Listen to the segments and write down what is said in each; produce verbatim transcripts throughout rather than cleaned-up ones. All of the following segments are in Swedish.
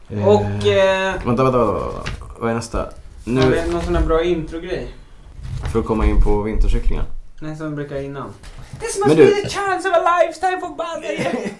Och eh, vänta, vänta, vänta, vad är nästa? Nu är det någon sån här bra intro-grej för att komma in på vintercyklingar. Nej, som brukar innan. This must be the chance of a lifetime for Buzzy.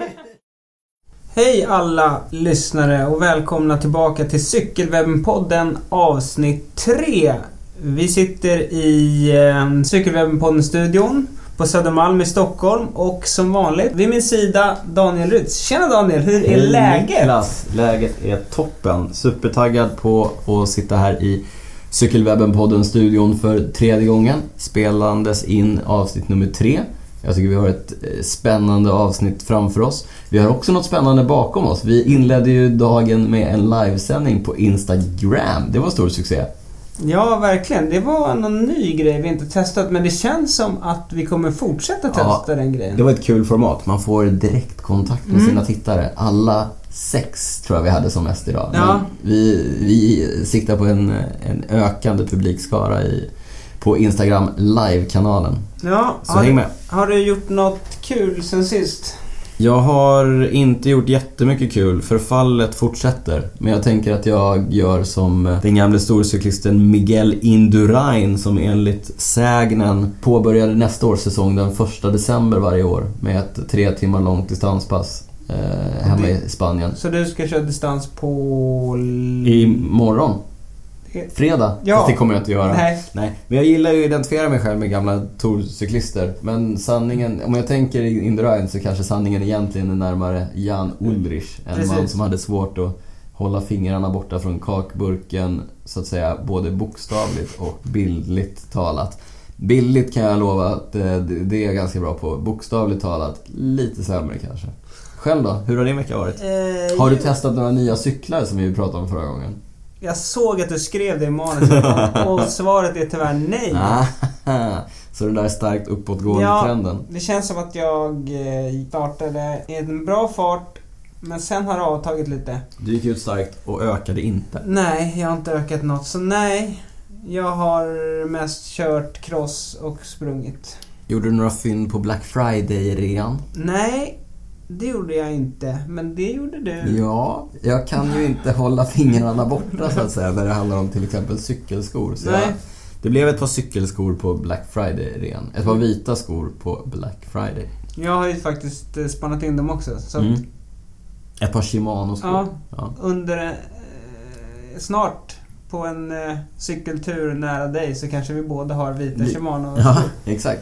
Hej alla lyssnare och välkomna tillbaka till Cykelwebben-podden avsnitt tre. Vi sitter i eh, Cykelwebben-podden-studion på Södermalm i Stockholm och som vanligt vid min sida Daniel Rytz. Tjena Daniel, hur är Hej, läget? Niklas. Läget är toppen. Supertaggad på att sitta här i Cykelwebben-podden-studion för tredje gången. Spelandes in avsnitt nummer tre. Jag tycker vi har ett spännande avsnitt framför oss. Vi har också något spännande bakom oss. Vi inledde ju dagen med en livesändning på Instagram. Det var stor succé. Ja, verkligen. Det var någon ny grej vi inte testat, men det känns som att vi kommer fortsätta testa ja, den grejen. Det var ett kul format. Man får direktkontakt med mm. sina tittare. Alla sex tror jag vi hade som mest idag. Ja. Men vi, vi siktar på en, en ökande publikskara i, på Instagram live-kanalen. Ja, så har häng du, med. Har du gjort något kul sen sist? Jag har inte gjort jättemycket kul. Förfallet fortsätter. Men jag tänker att jag gör som den gamla storcyklisten Miguel Indurain, som enligt sägnen påbörjade nästa års säsong den första december varje år med ett tre timmar långt distanspass eh, hemma det, i Spanien. Så du ska köra distans på... Imorgon. Fredag, ja. Fast det kommer jag inte göra. Nej. Nej. Men jag gillar ju att identifiera mig själv med gamla tourcyklister. Men sanningen, om jag tänker Indurain, så kanske sanningen egentligen är närmare Jan Ullrich. En Precis. man som hade svårt att hålla fingrarna borta från kakburken, så att säga, både bokstavligt och bildligt talat. Bildligt kan jag lova att det är jag ganska bra på. Bokstavligt talat, lite sämre kanske. Själv då? Hur har din vecka varit? Eh, har du jo. testat några nya cyklar som vi pratade om förra gången? Jag såg att du skrev det i manuset och svaret är tyvärr nej. Så den där starkt uppåtgående ja, trenden. Det känns som att jag startade i en bra fart, men sen har det avtagit lite. Du gick ut starkt och ökade inte. Nej, jag har inte ökat något. Så nej, jag har mest kört cross och sprungit. Gjorde du några fynd på Black Friday-rean? Nej, det gjorde jag inte, men det gjorde du. Ja, jag kan ju inte hålla fingrarna borta så att säga när det handlar om till exempel cykelskor. Så Nej. Jag, det blev ett par cykelskor på Black Friday-rean. Ett par vita skor på Black Friday. Jag har ju faktiskt spannat in dem också. Så mm. att, ett par Shimano-skor. Ja, ja. under eh, snart på en eh, cykeltur nära dig så kanske vi båda har vita vi, Shimano. Ja, exakt.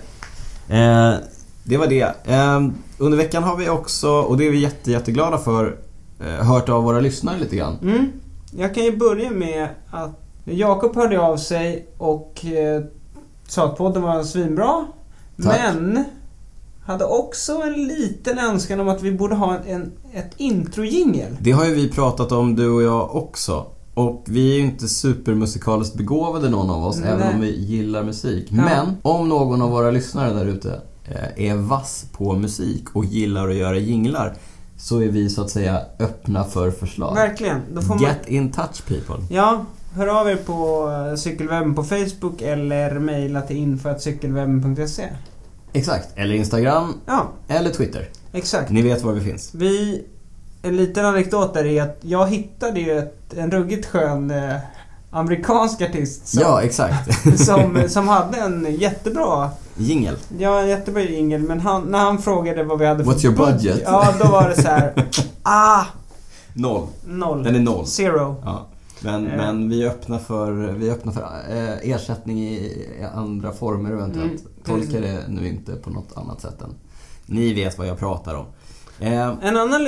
Eh, det var det. Eh, under veckan har vi också, och det är vi jätte, jätteglada för, eh, hört av våra lyssnare lite grann. Mm. Jag kan ju börja med att Jakob hörde av sig och eh, sa att podden var svinbra. Tack. Men hade också en liten önskan om att vi borde ha en, ett intro-jingle. Det har ju vi pratat om, du och jag också. Och vi är ju inte supermusikaliskt begåvade någon av oss. Nej. Även om vi gillar musik. Ja. Men om någon av våra lyssnare där ute är vass på musik och gillar att göra jinglar, så är vi så att säga öppna för förslag. Verkligen. Då får Get man... in touch people. Ja, hör av er på Cykelwebben på Facebook eller mejla till info at cykelwebben punkt se. Exakt. Eller Instagram. Ja. Eller Twitter. Exakt. Ni vet var vi finns. Vi... En liten anekdot där är att jag hittade ju ett, en ruggigt skön eh, amerikansk artist som, ja, exakt. som, som hade en jättebra jingle. Ja, en jättebra jingle, men han, när han frågade vad vi hade What's för your budget? Ja, då var det så här. ah, noll. Noll. Den är noll. Zero. Ja. Men, eh. men vi öppnar för vi öppnar för eh, ersättning i andra former eventuellt. Mm. Tolka det nu inte på något annat sätt än. Ni vet vad jag pratar om. Eh. En annan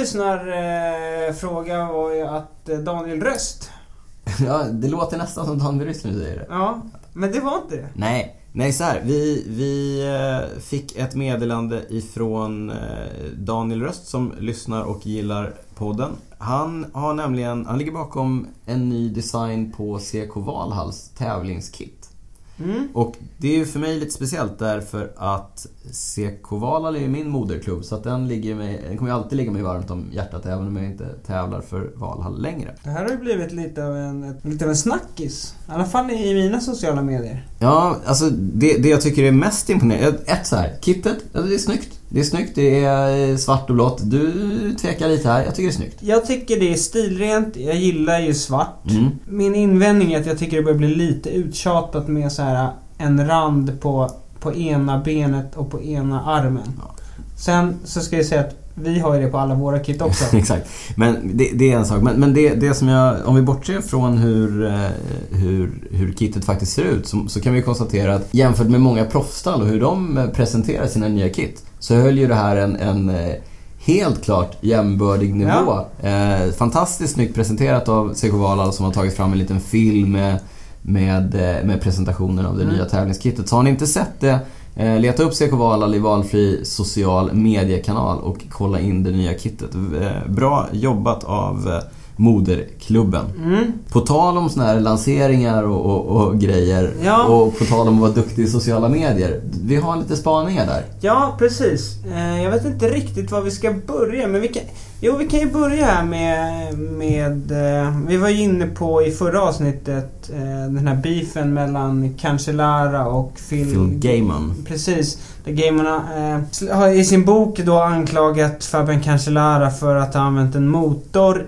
lyssnarfråga eh, var ju att Daniel Röst. Ja, det låter nästan som Daniel Röst nu säger det. Ja, men det var inte det. Nej, nej så här. Vi, vi fick ett meddelande ifrån Daniel Röst som lyssnar och gillar podden. Han har nämligen, han ligger bakom en ny design på C K Valhalls tävlingskit. Mm. Och det är ju för mig lite speciellt därför att C K Valhall är min moderklubb, så att den, ligger mig, den kommer ju alltid ligga mig varmt om hjärtat även om jag inte tävlar för Valhall längre. Det här har ju blivit lite av en, ett, lite av en snackis, i alla fall i mina sociala medier. Ja, alltså det, det jag tycker är mest imponerande, ett så här, kittet, det är snyggt. Det är snyggt, det är svart och blått. Du tvekar lite här, jag tycker det är snyggt. Jag tycker det är stilrent, jag gillar ju svart. Mm. Min invändning är att jag tycker det börjar bli lite uttjatat med så här en rand på, på ena benet och på ena armen. Ja. Sen så ska jag säga att vi har ju det på alla våra kit också. Exakt. Men det, det är en sak. Men, men det, det som jag, om vi bortser från hur, hur, hur kittet faktiskt ser ut, så, så kan vi konstatera att jämfört med många proffsstall och hur de presenterar sina nya kit, så höll ju det här en, en helt klart jämbördig nivå. Ja. Eh, fantastiskt snyggt presenterat av C K Valhall, som har tagit fram en liten film med, med, med presentationen av det mm. nya tävlingskittet. Så har ni inte sett det, Eh, leta upp C K Valhall i valfri social mediekanal och kolla in det nya kittet. Eh, bra jobbat av eh, moderklubben. Mm. På tal om såna här lanseringar och, och, och grejer, ja. Och på tal om att vara duktig i sociala medier, vi har lite spaningar där. Ja, precis. Eh, jag vet inte riktigt var vi ska börja, men vi kan, jo, vi kan ju börja här med, med eh, vi var ju inne på i förra avsnittet eh, den här beefen mellan Cancellara och Phil, Phil Gaiman. Precis. Där Gaiman eh, har i sin bok då anklagat Fabian Cancellara för att ha använt en motor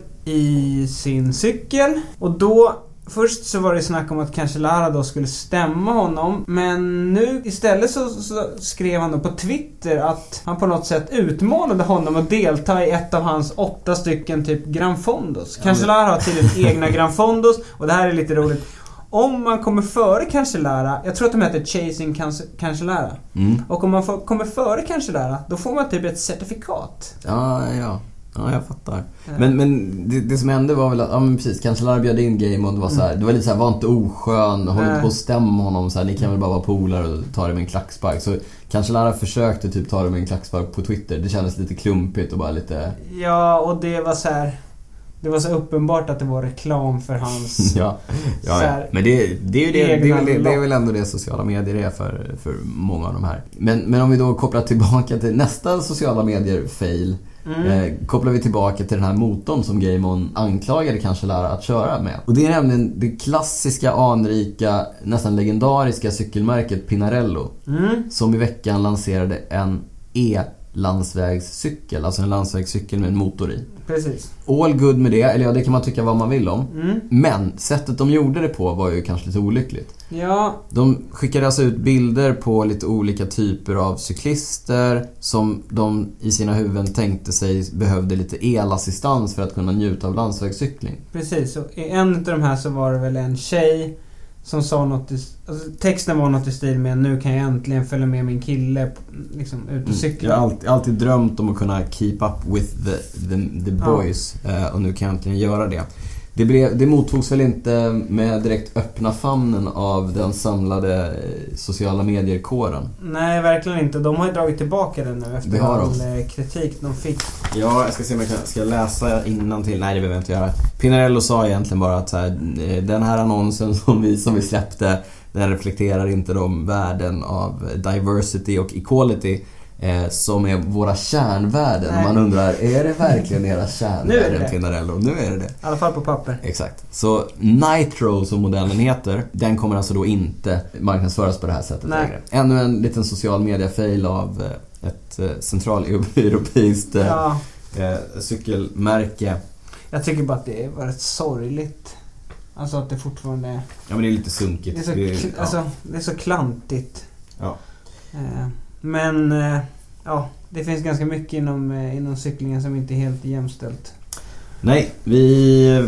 i sin cykel. Och då först så var det snack om att Cancellara då skulle stämma honom, men nu istället så, så skrev han då på Twitter att han på något sätt utmanade honom att delta i ett av hans åtta stycken typ Gran Fondos. Cancellara har till egna Gran Fondos, och det här är lite roligt. Om man kommer före Cancellara, jag tror att de heter Chasing Cancellara. Mm. Och om man får, kommer före Cancellara, då får man typ ett certifikat. Ja, ja. Ja, jag fattar. Ja. Men, men det, det som hände var väl att, ja men precis, Cancellara bjöd in Game och det var så här, det var lite så här, var inte oskön, håll inte på att stämma honom så här, ni kan väl bara vara polare och ta det med en klackspark. Så Cancellara försökte typ ta det med en klackspark på Twitter. Det kändes lite klumpigt och bara lite... Ja, och det var så här, det var så uppenbart att det var reklam för hans... ja, ja, ja. Men det, det, är ju det, det, är väl, det är väl ändå det sociala medier är för, för många av de här. Men, men om vi då kopplar tillbaka till nästa sociala medier-fail, mm. eh, kopplar vi tillbaka till den här motorn som Gaimon anklagade Cancellara att köra med. Och det är nämligen det klassiska, anrika, nästan legendariska cykelmärket Pinarello, mm. som i veckan lanserade en e landsvägscykel, alltså en landsvägscykel med en motor i. Precis. All good med det, eller ja, det kan man tycka vad man vill om. Mm. Men sättet de gjorde det på var ju kanske lite olyckligt. Ja. De skickade alltså ut bilder på lite olika typer av cyklister som de i sina huvuden tänkte sig behövde lite elassistans för att kunna njuta av landsvägscykling. Precis, och i en av de här så var det väl en tjej som sa något i, alltså texten var något i stil med: nu kan jag äntligen följa med min kille liksom ut och cykla. Jag har alltid, alltid drömt om att kunna keep up with the, the, the boys, ja. Och nu kan jag äntligen göra det. Det, blev, det mottogs väl inte med direkt öppna famnen av den samlade sociala medier-kåren. Nej, verkligen inte. De har ju dragit tillbaka den nu efter all de. kritik de fick. Ja, jag ska se om jag kan, ska läsa innan till. Nej, det behöver jag inte göra. Pinarello sa egentligen bara att så här, den här annonsen som vi, som vi släppte, den reflekterar inte de värden av diversity och equality Eh, som är våra kärnvärden. Nej. Man undrar, är det verkligen era kärnvärden, Pinarello? Nu är det det. I alla fall på papper. Exakt. Så Nitro, som modellen heter, den kommer alltså då inte marknadsföras på det här sättet längre. Ännu en liten social media-fail av ett centraleuropeiskt ja. eh, cykelmärke. Jag tycker bara att det var rätt sorgligt. Alltså att det fortfarande... Ja, men det är lite sunkigt. Det är så, det är, alltså, ja. det är så klantigt. Ja. Eh. Men ja, det finns ganska mycket inom, inom cyklingen som inte är helt jämställt. Nej, vi,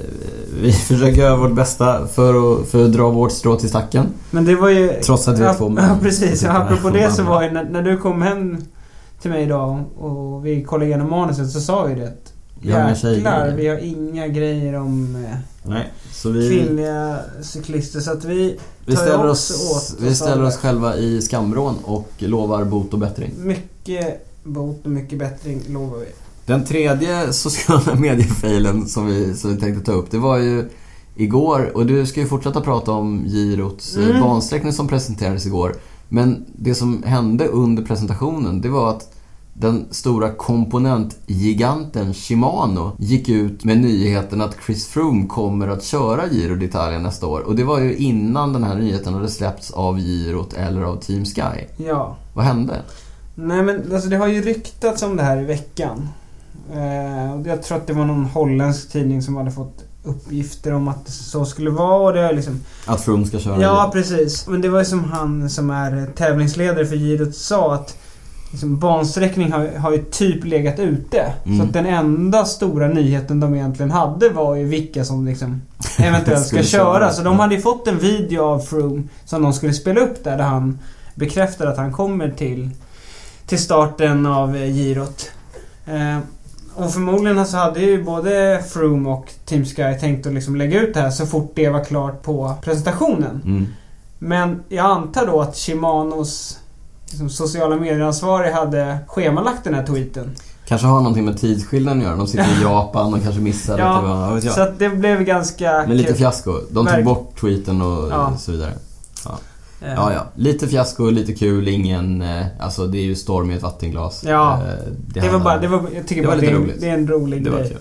vi försöker göra vårt bästa för att, för att dra vårt strå till stacken. Men det var ju... Trots att vi är två män. Ja, precis. Ja, apropå det så var ju när, när du kom hem till mig idag och vi kollade igenom manuset, så sa vi det. Jäklar, vi har inga grejer om Nej, så vi, kvinnliga cyklister, så att vi vi ställer oss, oss åt vi ställer oss själva i skamvrån och lovar bot och bättring. Mycket bot och mycket bättring lovar vi. Den tredje sociala mediefailen som vi, som vi tänkte ta upp, det var ju igår, och du ska ju fortsätta prata om Girots mm. bansträckning som presenterades igår. Men det som hände under presentationen, det var att den stora komponentgiganten Shimano gick ut med nyheten att Chris Froome kommer att köra Giro d'Italia nästa år. Och det var ju innan den här nyheten hade släppts av Girot eller av Team Sky. Ja. Vad hände? Nej, men alltså det har ju ryktats om det här i veckan. Eh, och jag tror att det var någon holländsk tidning som hade fått uppgifter om att det så skulle vara. Och det är liksom... Att Froome ska köra. Ja, precis. Men det var ju som han som är tävlingsledare för Girot sa att liksom, bansträckning har, har ju typ legat ute. Mm. Så att den enda stora nyheten de egentligen hade var ju vilka som liksom eventuellt ska köra. Så de hade ju fått en video av Froome som de skulle spela upp där, där han bekräftar att han kommer till, till starten av Girot. Eh, och förmodligen så hade ju både Froome och Team Sky tänkt att liksom lägga ut det här så fort det var klart på presentationen. Mm. Men jag antar då att Shimanos liksom, sociala medieansvarig hade schemalagt den här tweeten. Kanske har någonting med tidsskillnaden att göra. De sitter i Japan och kanske missade ja, det. Var, ja, så att det blev ganska... Men lite fiasko. De tog Verk... bort tweeten och ja. så vidare. Ja. Ja, ja. Lite fiasko, lite kul, ingen... Alltså, det är ju storm i ett vattenglas. Ja, det, det var bara... Det var, jag tycker det bara det, roligt. Det är en rolig det grej. Kul.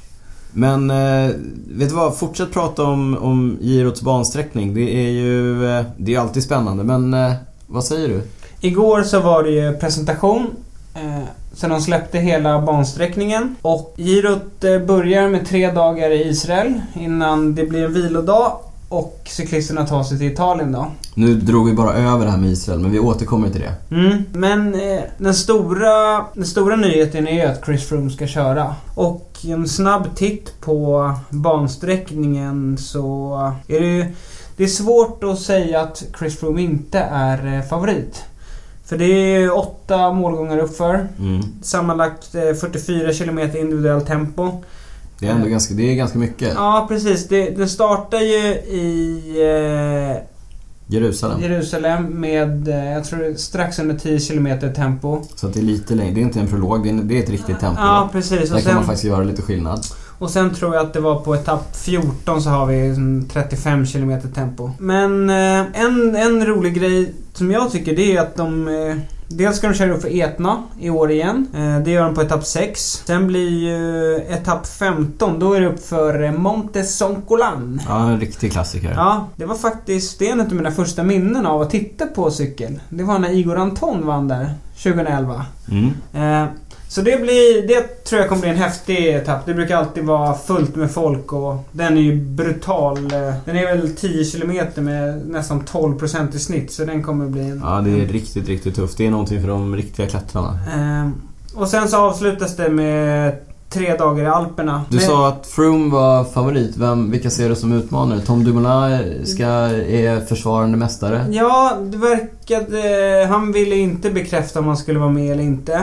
Men, vet du vad? Fortsätt prata om, om Girots bansträckning. Det är ju... Det är alltid spännande, men vad säger du? Igår så var det ju presentation. Eh, så de släppte hela bansträckningen. Och Girot eh, börjar med tre dagar i Israel innan det blir en vilodag. Och cyklisterna tar sig till Italien då. Nu drog vi bara över det här med Israel, men vi återkommer till det. Mm, men eh, den, stora, den stora nyheten är att Chris Froome ska köra. Och en snabb titt på bansträckningen så är det ju... Det är svårt att säga att Chris Froome inte är eh, favorit. För det är åtta målgångar uppför. Mm. Sammanlagt eh, fyrtiofyra kilometer individuell tempo. Det är ändå eh. ganska, det är ganska mycket. Ja, precis. Det, det startar ju i eh, Jerusalem. Jerusalem med, eh, jag tror, strax under tio kilometer tempo. Så att det är lite längre. Det är inte en prolog, det är, det är ett riktigt tempo. Ja, precis. Där kan sen, man faktiskt göra lite skillnad. Och sen tror jag att det var på etapp fjorton så har vi trettiofem kilometer tempo. Men eh, en, en rolig grej som jag tycker det är att de... Eh, dels ska de köra upp för Etna i år igen. Eh, det gör de på etapp sex. Sen blir ju eh, etapp femton, då är det upp för eh, Monte Soncolan. Ja, en riktig klassiker. Ja, det var faktiskt det är en av mina första minnen av att titta på cykel. Det var när Igor Anton vann där tjugoelva. Mm. Eh, Så det blir, det tror jag kommer bli en häftig etapp. Det brukar alltid vara fullt med folk och den är ju brutal. Den är väl tio kilometer med nästan tolv procent i snitt, så den kommer bli en... Ja, det är riktigt, riktigt tufft. Det är någonting för de riktiga klättrarna. Eh, och sen så avslutas det med tre dagar i Alperna. Du Men... sa att Froome var favorit. Vem, vilka ser du som utmanare? Tom Dumoulin ska, är försvarande mästare. Ja, det verkade... Han ville inte bekräfta om han skulle vara med eller inte.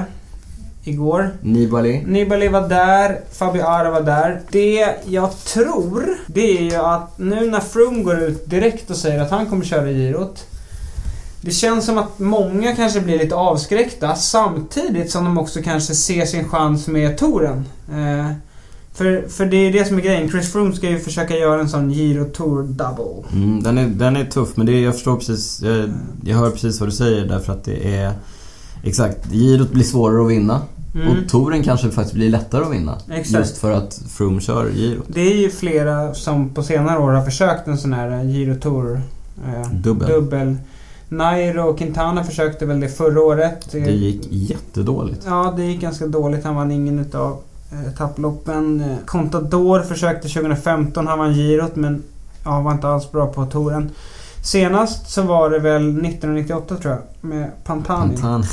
Igår. Nibali. Nibali var där. Fabio Ara var där. Det jag tror, det är ju att nu när Froome går ut direkt och säger att han kommer köra Girot, det känns som att många kanske blir lite avskräckta samtidigt som de också kanske ser sin chans med touren. Eh, för, för det är det som är grejen. Chris Froome ska ju försöka göra en sån Giro-tour double. Mm, den, är, den är tuff, men det är, jag förstår precis, jag, jag hör precis vad du säger därför att det är exakt, Girot blir svårare att vinna. Mm. Och touren kanske faktiskt blir lättare att vinna. Exakt. Just för att Froome kör Giro. Det är ju flera som på senare år har försökt en sån här Giro-tour eh, dubbel. dubbel. Nairo och Quintana försökte väl det förra året. Det gick jättedåligt. Ja, det gick ganska dåligt. Han vann ingen utav eh, tapploppen. Contador försökte tjugohundrafemton. Han vann Girot, men ja, var inte alls bra på touren. Senast så var det väl nittonhundranittioåtta tror jag, med Pantani. Pantani.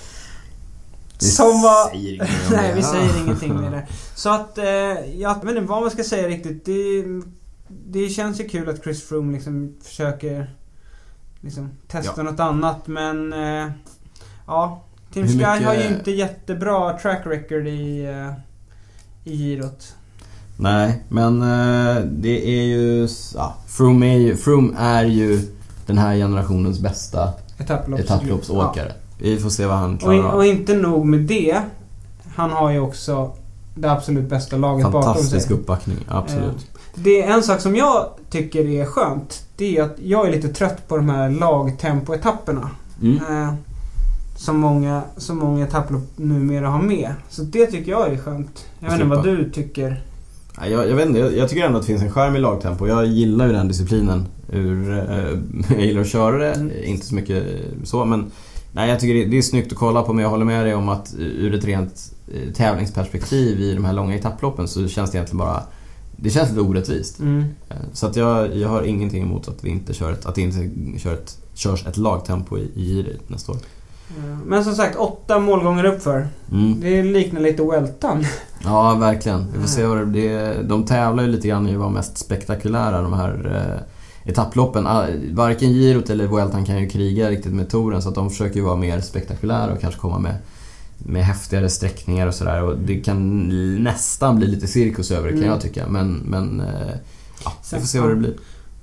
Som var... Nej, vi säger ingenting med det. Så att, eh, jag vet inte vad man ska säga riktigt. Det, det känns ju kul att Chris Froome liksom försöker liksom testa ja. något annat. Men eh, ja, Team Sky mycket... har ju inte jättebra track record i, eh, i Girot. Nej, men eh, det är ju... Ja, Froome, är ju Froome är ju den här generationens bästa Etapplopps- etapploppsåkare. Ja. Vi får se vad han klarar och, in, och inte nog med det. Han har ju också det absolut bästa laget bakom sig. Fantastisk uppbackning, absolut. Det är en sak som jag tycker är skönt. Det är att jag är lite trött på de här lagtempoetapperna. Mm. Eh, som många, som många etapplopp numera har med. Så det tycker jag är skönt. Jag vet inte vad du tycker. Jag, jag vet inte, jag, jag tycker ändå att det finns en charm i lagtempo. Jag gillar ju den disciplinen. Ur, eh, jag gillar att köra det, mm. inte så mycket så, men Nej, jag tycker det, det är snyggt att kolla på, men jag håller med dig om att ur ett rent eh, tävlingsperspektiv i de här långa etapploppen så känns det egentligen bara, det känns lite orättvist. Mm. Så att jag, jag har ingenting emot att vi inte kör ett, att det inte kör ett, körs ett lagtempo i, i Giro nästa år. Men som sagt, åtta målgångar upp för. Mm. Det liknar lite Vueltan. Ja, verkligen. Vi får se vad det är. De tävlar ju lite grann i att vara mest spektakulära, de här eh, etapploppen. Varken Girot eller Vueltan kan ju kriga riktigt med touren, så att de försöker ju vara mer spektakulära och kanske komma med, med häftigare sträckningar och sådär. Och det kan nästan bli lite cirkus över det, kan mm. jag tycka. Men, men eh, ja, vi får se vad det blir.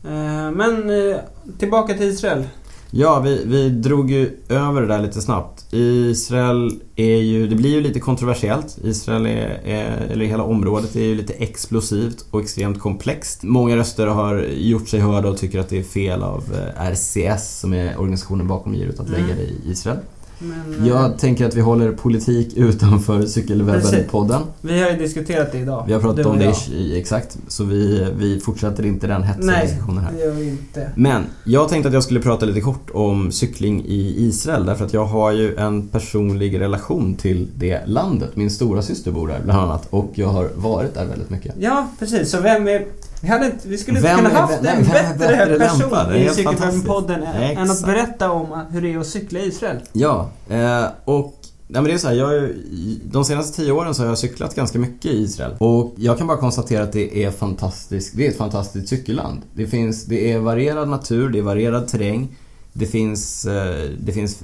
Men eh, tillbaka till Israel. Ja, vi, vi drog ju över det där lite snabbt. Israel är ju, det blir ju lite kontroversiellt. Israel är, är, eller hela området är ju lite explosivt och extremt komplext. Många röster har gjort sig hörda och tycker att det är fel av R C S, som är organisationen bakom Girot, att lägga mm. det i Israel. Men, jag tänker att vi håller politik utanför Cykelwebben-podden. Vi har ju diskuterat det idag. Vi har pratat om det i, exakt. Så vi, vi fortsätter inte den hetsiga diskussionen här. Nej, det gör vi inte. Men jag tänkte att jag skulle prata lite kort om cykling i Israel. Därför att jag har ju en personlig relation till det landet. Min stora syster bor där bland annat. Och jag har varit där väldigt mycket. Ja, precis. Så vem är... Vi, hade inte, vi skulle inte kunna haft en bättre person i Cykelwebben-podden än att berätta om hur det är att cykla i Israel. Ja, eh, och nej, men det är så här, jag, de senaste tio åren så har jag cyklat ganska mycket i Israel. Och jag kan bara konstatera att det är fantastiskt. Det är ett fantastiskt cykelland. Det finns, det är varierad natur, det är varierad terräng. Det finns, det finns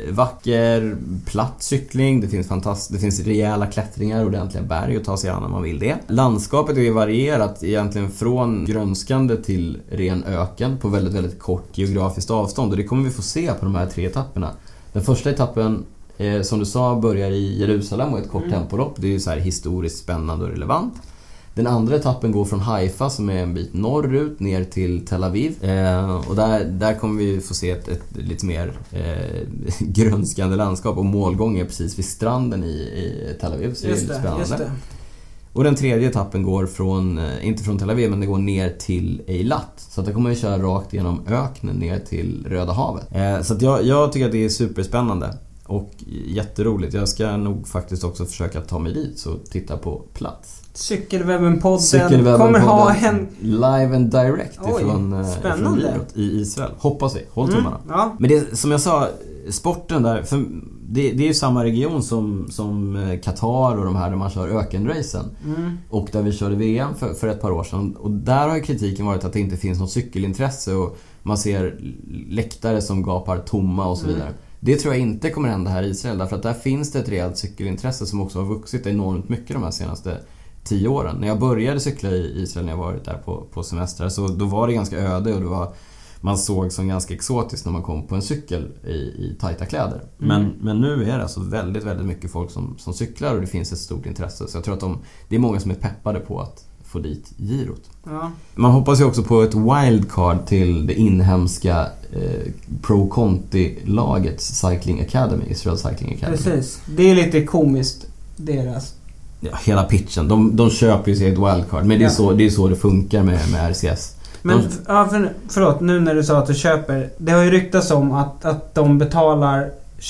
vacker, platt cykling, det finns, fantast- det finns rejäla klättringar och ordentliga berg att ta sig an om man vill det. Landskapet är varierat egentligen från grönskande till ren öken på väldigt, väldigt kort geografiskt avstånd. Och det kommer vi få se på de här tre etapperna. Den första etappen, eh, som du sa, börjar i Jerusalem och ett kort mm. tempolopp. Det är ju så här historiskt spännande och relevant. Den andra etappen går från Haifa, som är en bit norrut, ner till Tel Aviv. Eh, och där, där kommer vi få se ett, ett lite mer eh, grönskande landskap. Och målgång är precis vid stranden i, i Tel Aviv. Så just det är det, just det. Och den tredje etappen går från, inte från Tel Aviv, men det går ner till Eilat. Så att det kommer vi köra rakt genom öknen ner till Röda havet. Eh, så att jag, jag tycker att det är superspännande. Och jätteroligt. Jag ska nog faktiskt också försöka ta mig dit så titta på plats. Cykelwebben-podden Cykelwebben kommer ha en live and direct Oj, ifrån, ifrån Girot i Israel. Hoppas vi. Håll tummarna. Mm, ja. Men det, som jag sa, sporten där, för det, det är ju samma region som, som Qatar och de här där man kör ökenracen. Mm. Och där vi körde V M för, för ett par år sedan. Och där har kritiken varit att det inte finns något cykelintresse och man ser läktare som gapar tomma och så vidare. Mm. Det tror jag inte kommer hända här i Israel, därför att där finns det ett rejält cykelintresse som också har vuxit enormt mycket de här senaste tio åren. När jag började cykla i Israel, när jag varit där på, på semester, så då var det ganska öde och det var, man såg som ganska exotiskt när man kom på en cykel i, i tajta kläder. Mm. Men, men nu är det alltså väldigt, väldigt mycket folk som, som cyklar och det finns ett stort intresse. Så jag tror att de, det är många som är peppade på att få dit Girot. Ja. Man hoppas ju också på ett wildcard till det inhemska eh, Pro Conti-laget Cycling Academy, Israel Cycling Academy. Precis, det är lite komiskt deras. Ja, hela pitchen, de, de köper ju sig ett wildcard, men det är, ja. så, det är så det funkar med, med R C S. Men de... ja, för, förlåt, nu när du sa att du köper, det har ju ryktats om att, att de betalar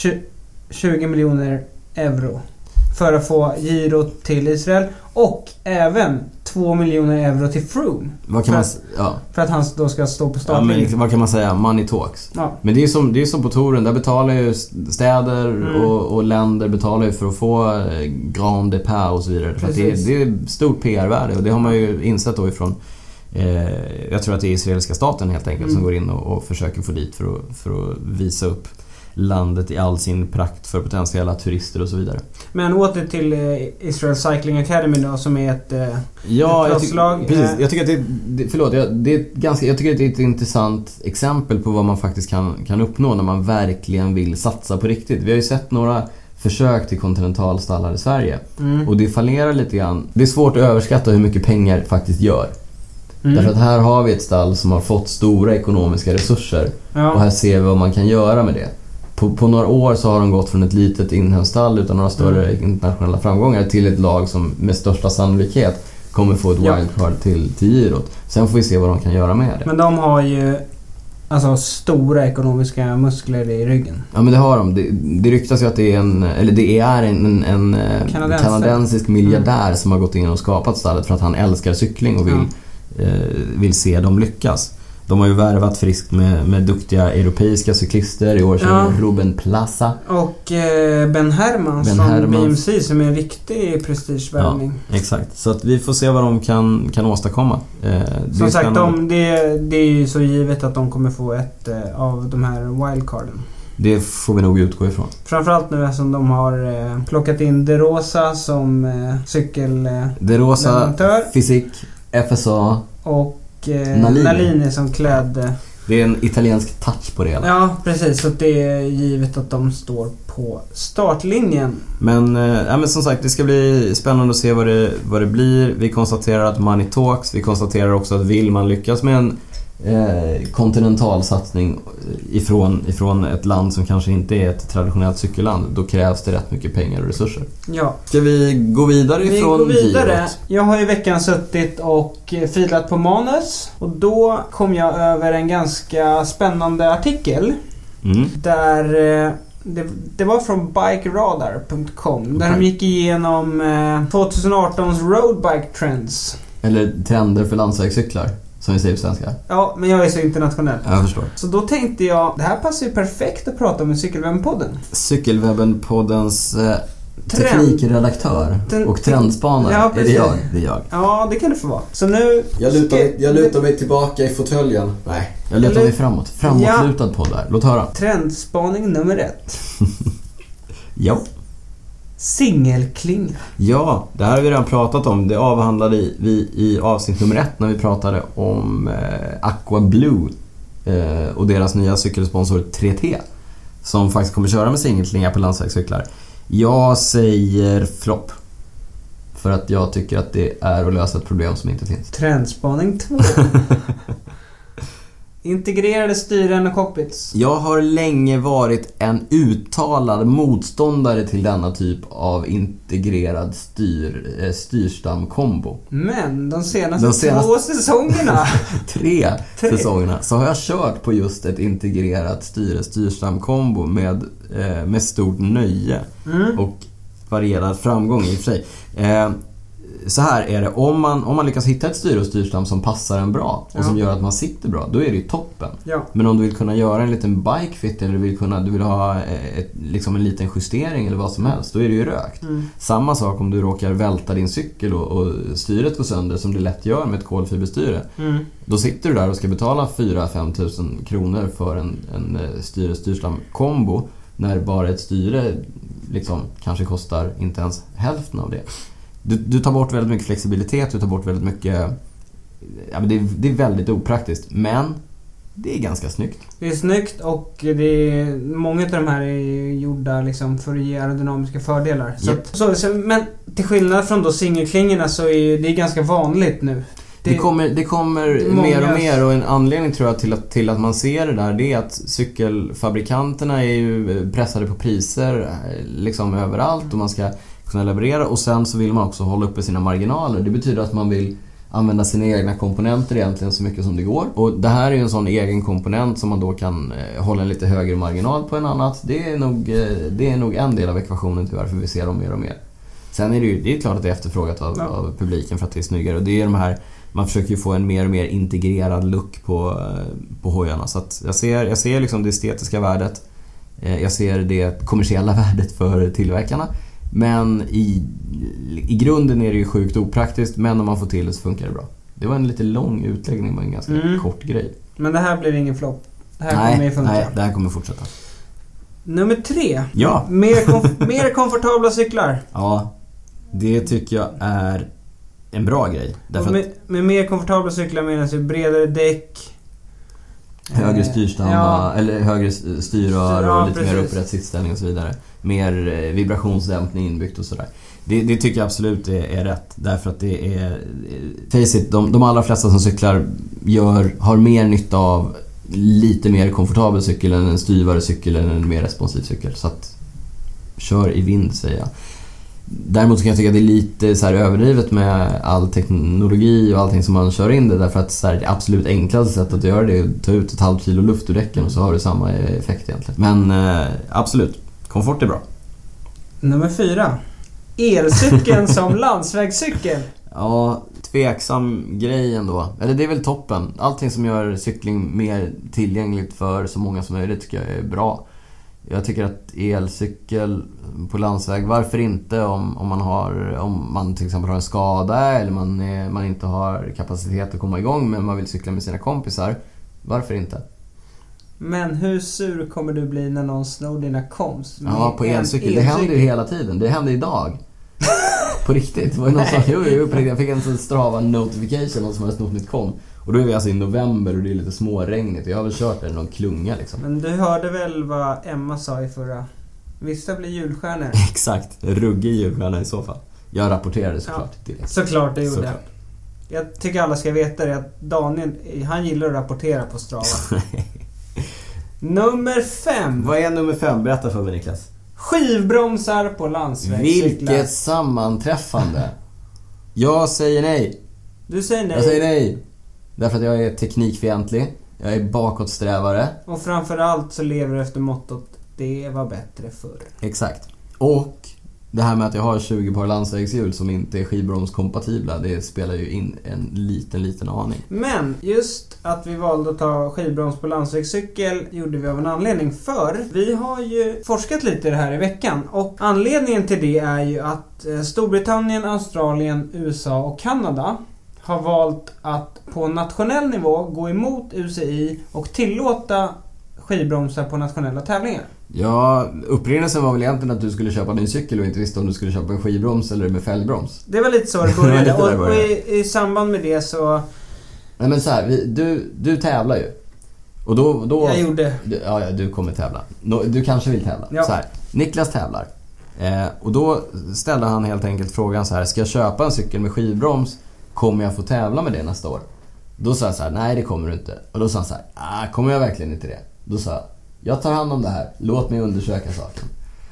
tjugo miljoner euro för att få Giro till Israel och även två miljoner euro till Froome. Vad kan för, man, att, ja. för att han då ska stå på startlinjen. Ja, vad kan man säga? Money talks. Ja. Men det är som, det är som på touren, där betalar ju städer mm. och, och länder betalar ju för att få Grand Depart och så vidare. För att det, det är stort P R-värde och det har man ju insett då ifrån eh, jag tror att det är israeliska staten helt enkelt mm. som går in och, och försöker få dit för att, för att visa upp landet i all sin prakt för potentiella turister och så vidare. Men åter till eh, Israel Cycling Academy då, som är ett eh, ja, ett jag, ty- precis, jag tycker att det, det förlåt, jag, det är ett ganska, jag tycker att det är ett intressant exempel på vad man faktiskt kan, kan uppnå när man verkligen vill satsa på riktigt. Vi har ju sett några försök till kontinentalstallar i Sverige mm. och det fallerar lite grann. Det är svårt att överskatta hur mycket pengar faktiskt gör. Mm. Därför att här har vi ett stall som har fått stora ekonomiska resurser ja. Och här ser vi vad man kan göra med det. På, på några år så har de gått från ett litet inhemstall utan några större mm. internationella framgångar till ett lag som med största sannolikhet kommer få ett ja. wildcard till, till Girot. Sen får vi se vad de kan göra med det. Men de har ju alltså stora ekonomiska muskler i ryggen. Ja, men det har de. Det, det ryktas ju att det är en, eller det är en, en, en Kanadenser. kanadensisk miljardär mm. som har gått in och skapat stallet för att han älskar cykling och vill, ja. eh, vill se dem lyckas. De har ju värvat friskt med, med duktiga europeiska cyklister i år sedan. Ja. Ruben Plaza. Och eh, Ben Hermans ben från Hermans. B M C som är en riktig prestigevärvning. Ja, exakt. Så att vi får se vad de kan, kan åstadkomma. Eh, som sagt, de, det, det är ju så givet att de kommer få ett eh, av de här wildcarden. Det får vi nog utgå ifrån. Framförallt nu som de har eh, plockat in De Rosa som eh, cykel eh, De Rosa, fysik, F S A och Nalini. Nalini som klädde. Det är en italiensk touch på det hela. Ja, precis. Så det är givet att de står på startlinjen. Men, äh, men som sagt, det ska bli spännande att se vad det, vad det blir. Vi konstaterar att money talks. Vi konstaterar också att vill man lyckas med en eh, kontinental satsning ifrån, ifrån ett land som kanske inte är ett traditionellt cykelland, då krävs det rätt mycket pengar och resurser. Ja. Ska vi gå vidare vi ifrån går vidare. Girot? Jag har i veckan suttit och filat på manus och då kom jag över en ganska spännande artikel mm. där eh, det, det var från bike radar punkt com okay. där de gick igenom eh, tjugoartons roadbike trends. Eller trender för landsvägscyklar. Som vi säger på svenska. Ja, men jag är så internationell. Jag förstår. Så då tänkte jag, det här passar ju perfekt att prata om i Cykelwebben-podden. Cykelwebben-poddens eh, teknikredaktör Den, och trendspanare. Ja, är det jag? Det är jag. Ja, det kan det få vara. Så nu... Jag lutar, mig, jag lutar mig tillbaka i fåtöljen. Nej, jag lutar mig framåt. Framåtlutad ja. Podd där. Låt höra. Trendspaning nummer ett. Ja. Singelklinga. Ja, det här har vi redan pratat om. Det avhandlade vi i avsnitt nummer ett när vi pratade om eh, Aqua Blue eh, och deras nya cykelsponsor tre T som faktiskt kommer köra med singelklinga på landsvägscyklar. Jag säger flopp. För att jag tycker att det är att lösa ett problem som inte finns. Trendspaning två. Integrerade styren och cockpits. Jag har länge varit en uttalad motståndare till denna typ av integrerad styr, eh, styrstamkombo. Men de senaste, de senaste två säsongerna tre, tre säsongerna så har jag kört på just ett integrerat styr, styrstamkombo med, eh, med stort nöje mm. och varierad framgång i och för sig. Eh, Så här är det, om man, om man lyckas hitta ett styre och styrstam som passar en bra och ja. som gör att man sitter bra, då är det ju toppen. Ja. Men om du vill kunna göra en liten bike fit eller du vill, kunna, du vill ha ett, liksom en liten justering eller vad som helst, då är det ju rökt. Mm. Samma sak om du råkar välta din cykel och, och styret går sönder som det lätt gör med ett kolfiberstyre. Mm. Då sitter du där och ska betala fyra till fem tusen kronor för en, en styre-styrstam-kombo när bara ett styre liksom kanske kostar inte ens hälften av det. Du, du tar bort väldigt mycket flexibilitet, du tar bort väldigt mycket... Ja, men det, är, det är väldigt opraktiskt, men det är ganska snyggt. Det är snyggt och det är, många av de här är gjorda liksom för att ge aerodynamiska fördelar. Yep. Så, så, så, men till skillnad från då singelklingorna så är det ganska vanligt nu. Det, det kommer, det kommer många... mer och mer och en anledning tror jag till att, till att man ser det där, det är att cykelfabrikanterna är ju pressade på priser liksom överallt och man ska kunna leverera och sen så vill man också hålla uppe sina marginaler. Det betyder att man vill använda sina egna komponenter egentligen så mycket som det går. Och det här är ju en sån egen komponent som man då kan eh, hålla en lite högre marginal på en annat. Det är nog, eh, det är nog en del av ekvationen tyvärr, för vi ser dem mer och mer. Sen är det ju det är klart att det är efterfrågat av, ja. av publiken för att det är snyggare. Och det är de här, man försöker ju få en mer och mer integrerad look på, på hojarna. Så att jag ser, jag ser liksom det estetiska värdet. Eh, jag ser det kommersiella värdet för tillverkarna. Men i, i grunden är det ju sjukt opraktiskt, men om man får till det så funkar det bra. Det var en lite lång utläggning med en ganska mm. kort grej. Men det här blir ingen flopp. Det här nej, kommer funka. Nej, det här kommer fortsätta. Nummer tre. Ja. Mer, komf- mer komfortabla cyklar. Ja, det tycker jag är en bra grej. Därför med, med mer komfortabla cyklar menar jag bredare däck. Högre styrstamma, ja. eller högre styrrör och lite precis. Mer upprätt sittställning och så vidare. Mer vibrationsdämpning inbyggt och sådär. Det, det tycker jag absolut är, är rätt. Därför att det är... Face it, de, de allra flesta som cyklar gör, har mer nytta av lite mer komfortabel cykel än en styvare cykel eller en mer responsiv cykel. Så att kör i vind, säger jag. Däremot kan jag tycka att det är lite så här överdrivet med all teknologi och allting som man kör in det. Därför att så här, det absolut enklaste sättet att göra det är att ta ut ett halvt kilo luft ur däcken och så har du samma effekt egentligen. Men eh, absolut, komfort är bra. Nummer fyra. Elcykeln som landsvägscykel. Ja, tveksam grej ändå. Eller det är väl toppen. Allting som gör cykling mer tillgängligt för så många som möjligt tycker jag är bra. Jag tycker att elcykel på landsväg, varför inte om, om man har om man till exempel har en skada eller man, är, man inte har kapacitet att komma igång men man vill cykla med sina kompisar. Varför inte? Men hur sur kommer du bli när någon snor dina komps? Ja, på elcykel. elcykel. Det händer ju hela tiden. Det händer idag. På riktigt. Det var ju någon som, jo, jo, på riktigt. Jag fick en sån Strava notification någon som hade snott mitt kom. Och då är vi alltså i november och det är lite småregnigt. Och jag har väl kört där någon klunga liksom. Men du hörde väl vad Emma sa i förra? Vissa blir julstjärnor. Exakt. Ruggig julstjärna i så fall. Jag rapporterade såklart. Ja, till såklart det gjorde såklart. jag. Jag tycker alla ska veta det att Daniel, han gillar att rapportera på Strava. Nummer fem. Vad är nummer fem? Berätta för mig, Niklas. Skivbromsar på landsvägscyklar. Vilket sammanträffande. Jag säger nej. Du säger nej. Jag säger nej. Därför att jag är teknikfientlig. Jag är bakåtsträvare. Och framförallt så lever du efter mottot det var bättre förr. Exakt. Och det här med att jag har tjugo par landsvägshjul som inte är skivbromskompatibla, det spelar ju in en liten, liten aning. Men just att vi valde att ta skivbroms på landsvägscykel gjorde vi av en anledning. För vi har ju forskat lite det här i veckan. Och anledningen till det är ju att Storbritannien, Australien, U S A och Kanada har valt att på nationell nivå gå emot U C I och tillåta skivbromsar på nationella tävlingar. Ja, upprinnelsen var väl egentligen att du skulle köpa din cykel och inte visste om du skulle köpa en skivbroms eller med fälgbroms. Det var lite så det började. det och, och i, i samband med det så... Nej men så här, vi, du, du tävlar ju. Och då... då jag gjorde. Du, ja, ja, du kommer tävla. Du kanske vill tävla. Ja. Så här, Niklas tävlar. Eh, och då ställde han helt enkelt frågan så här: ska jag köpa en cykel med skivbroms? Kommer jag få tävla med det nästa år? Då sa jag så här: nej det kommer du inte. Och då sa han så här: ah, kommer jag verkligen inte det? Då sa jag: jag tar hand om det här, låt mig undersöka saken.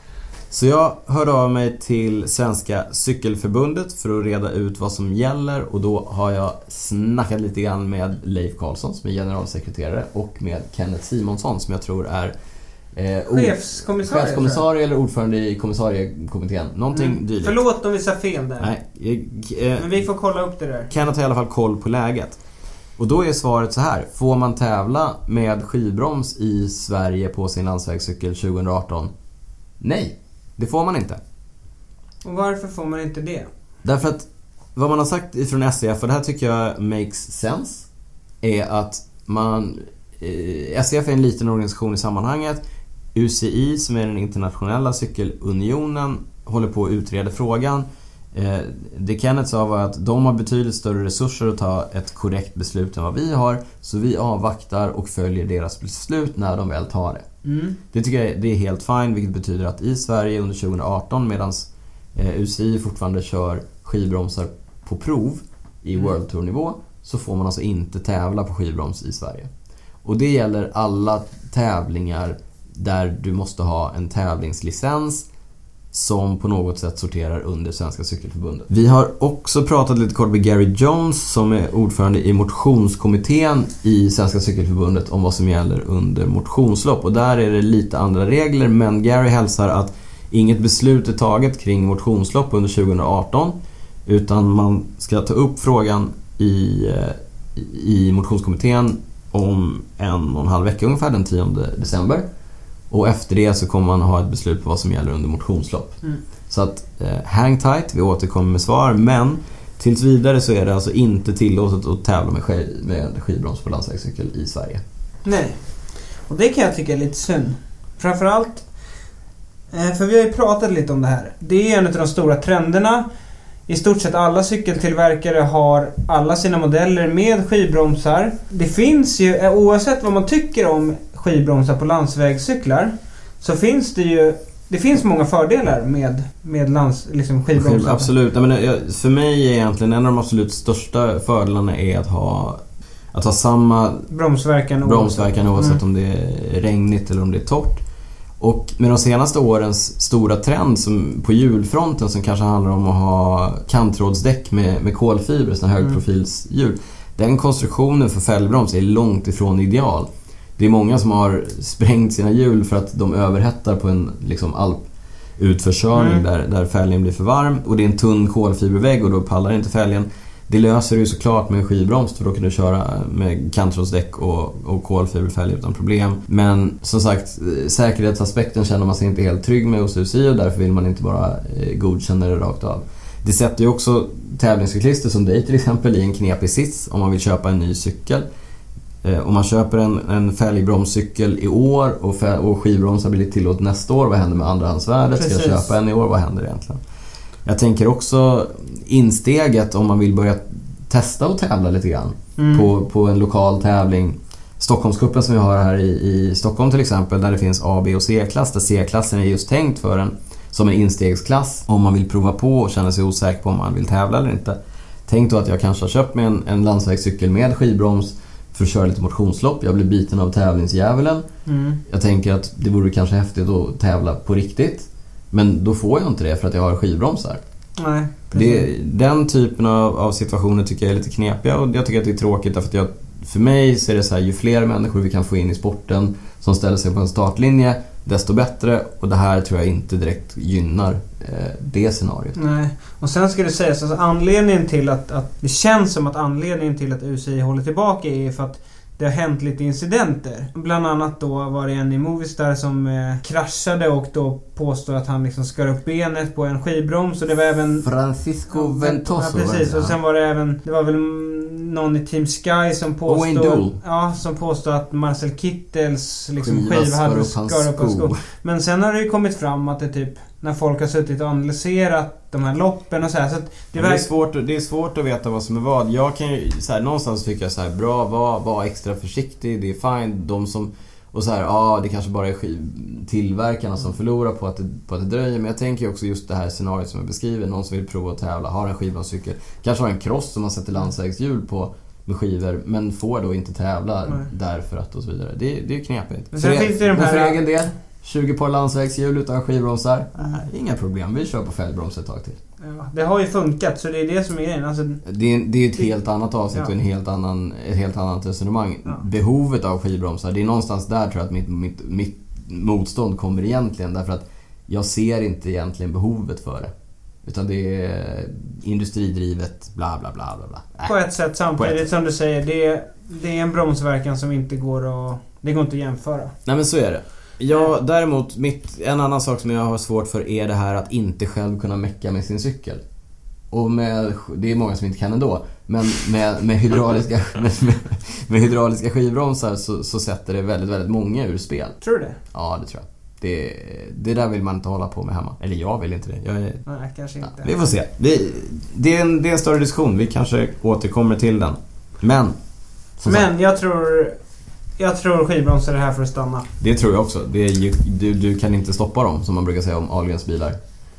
Så jag hörde av mig till Svenska Cykelförbundet för att reda ut vad som gäller. Och då har jag snackat lite grann med Leif Karlsson som är generalsekreterare och med Kenneth Simonsson som jag tror är eh, chefskommissarie, chefskommissarie eller ordförande i kommissariekommittén. Någonting mm. dylikt. Förlåt om vi sa fel där. Nej, jag, eh, men vi får kolla upp det där. Kenneth har i alla fall koll på läget. Och då är svaret så här: får man tävla med skivbroms i Sverige på sin landsvägscykel tjugo arton? Nej, det får man inte. Och varför får man inte det? Därför att vad man har sagt ifrån S C F, och det här tycker jag makes sense, är att man eh, S C F är en liten organisation i sammanhanget. U C I, som är den internationella cykelunionen, håller på att utreda frågan. Eh, det Kenneth sa var att de har betydligt större resurser att ta ett korrekt beslut än vad vi har, så vi avvaktar och följer deras beslut när de väl tar det. Mm. Det tycker jag det är helt fine, vilket betyder att i Sverige under tjugo arton, medan eh, U C I fortfarande kör skivbromsar på prov i mm. World Tour nivå, så får man alltså inte tävla på skivbroms i Sverige. Och det gäller alla tävlingar där du måste ha en tävlingslicens som på något sätt sorterar under Svenska Cykelförbundet. Vi har också pratat lite kort med Gary Jones som är ordförande i motionskommittén i Svenska Cykelförbundet om vad som gäller under motionslopp. Och där är det lite andra regler, men Gary hälsar att inget beslut är taget kring motionslopp under tjugo arton, utan man ska ta upp frågan i, i motionskommittén om en och en halv vecka ungefär, den tionde december. Och efter det så kommer man ha ett beslut på vad som gäller under motionslopp. Mm. Så att eh, hang tight, vi återkommer med svar. Men tills vidare så är det alltså inte tillåtet att tävla med, sk- med skivbroms på landsvägscykel i Sverige. Nej, och det kan jag tycka är lite synd. Framförallt, eh, för vi har ju pratat lite om det här. Det är en av de stora trenderna. I stort sett alla cykeltillverkare har alla sina modeller med skivbromsar. Det finns ju, oavsett vad man tycker om skivbromsar på landsvägscyklar, så finns det ju det finns många fördelar med med lands liksom skivbromsar. Absolut. Jag menar, för mig är egentligen en av de absolut största fördelarna är att ha att ha samma bromsverkan bromsverkan oavsett mm. om det är regnigt eller om det är torrt. Och med de senaste årens stora trend som på hjulfronten som kanske handlar om att ha kanttrådsdäck med, med kolfiber, såna högprofilshjul. Den konstruktionen för fällbroms är långt ifrån ideal. Det är många som har sprängt sina hjul för att de överhettar på en liksom alputförkörning mm. där, där fälgen blir för varm. Och det är en tunn kolfibervägg och då pallar inte fälgen. Det löser du såklart med en skivbroms för då kan du köra med kanttrådsdäck och, och kolfiberfälg utan problem. Men som sagt, säkerhetsaspekten känner man sig inte helt trygg med hos U C I och därför vill man inte bara godkänna det rakt av. Det sätter ju också tävlingscyklister som dig till exempel i en knepig sits om man vill köpa en ny cykel. Om man köper en, en fälgbromscykel i år och, fäl- och skivbromsar blir tillåtet nästa år, vad händer med andrahandsvärdet? Ska jag köpa en i år? Vad händer egentligen? Jag tänker också insteget om man vill börja testa och tävla lite grann mm. på, på en lokal tävling. Stockholmscupen som vi har här i, i Stockholm till exempel, där det finns A, B och C-klass. Där C-klassen är just tänkt för en som en instegsklass om man vill prova på och känna sig osäker på om man vill tävla eller inte. Tänk då att jag kanske har köpt mig en, en landsvägscykel med skivbroms för att köra lite motionslopp. Jag blir biten av tävlingsdjävulen. Mm. Jag tänker att det vore kanske häftigt att tävla på riktigt. Men då får jag inte det för att jag har skivbromsar. Nej, det, den typen av, av situationer tycker jag är lite knepiga och jag tycker att det är tråkigt därför att jag, för mig så är det så här, ju fler människor vi kan få in i sporten som ställer sig på en startlinje, desto bättre, och det här tror jag inte direkt gynnar eh, det scenariot. Nej, och sen ska det sägas alltså, anledningen till att, att det känns som att anledningen till att U C I håller tillbaka är för att det har hänt lite incidenter. Bland annat då var det en i Movistar som eh, kraschade och då påstår att han liksom skar upp benet på en skivbroms. Och det var även Francisco Ventoso. Ja, precis. Och sen var det även, det var väl någon i Team Sky som påstod, ja, som påstod att Marcel Kittels liksom, skiva, skiva hade skar upp hans sko. Men sen har det ju kommit fram att det typ, när folk har suttit och analyserat de här loppen och så här, så att det, ja, det är svårt det är svårt att veta vad som är vad. Jag kan ju så här, någonstans tycker jag så här, bra, var var extra försiktig, det är fine. De som och så här, ja, det kanske bara är tillverkarna som förlorar på att det, på att det dröjer, men jag tänker också just det här scenariot som jag beskriver, någon som vill prova att tävla, har en skivbromscykel, kanske har en cross som man sätter landsvägshjul på med skivor, men får då inte tävla Nej. därför att och så vidare. Det, det är knepigt. Men sen finns det de här... för egen del tjugo par landsvägshjul utan skivbromsar. Nej, inga problem. Vi kör på fälgbroms ett tag till. Ja, det har ju funkat, så det är det som är grejen. Alltså, det, är, det är ett det, helt annat avsnitt ja. och en helt annan, ett helt annat resonemang. Ja. Behovet av skivbromsar, det är någonstans där tror jag att mitt, mitt, mitt motstånd kommer egentligen. Därför att jag ser inte egentligen behovet för det. Utan det är industridrivet, bla bla bla bla bla. På ett sätt samtidigt ett. som du säger, det är, det är en bromsverkan som inte går att, det går inte att jämföra. Nej, men så är det. Ja, däremot mitt, en annan sak som jag har svårt för är det här att inte själv kunna mecka med sin cykel. Och med, det är många som inte kan ändå, men med, med, hydrauliska, med, med, med hydrauliska skivbromsar så, så sätter det väldigt, väldigt många ur spel. Tror du det? Ja, det tror jag. Det, det där vill man inte hålla på med hemma. Eller jag vill inte det. Jag är, Nej, kanske inte. Ja, vi får se. Vi, det, är en, det är en större diskussion. Vi kanske återkommer till den. Men, Men sagt, jag tror... Jag tror skivbromsar är här för att stanna. Det tror jag också. Det är ju, du, du kan inte stoppa dem, som man brukar säga om Ahlgrens bilar.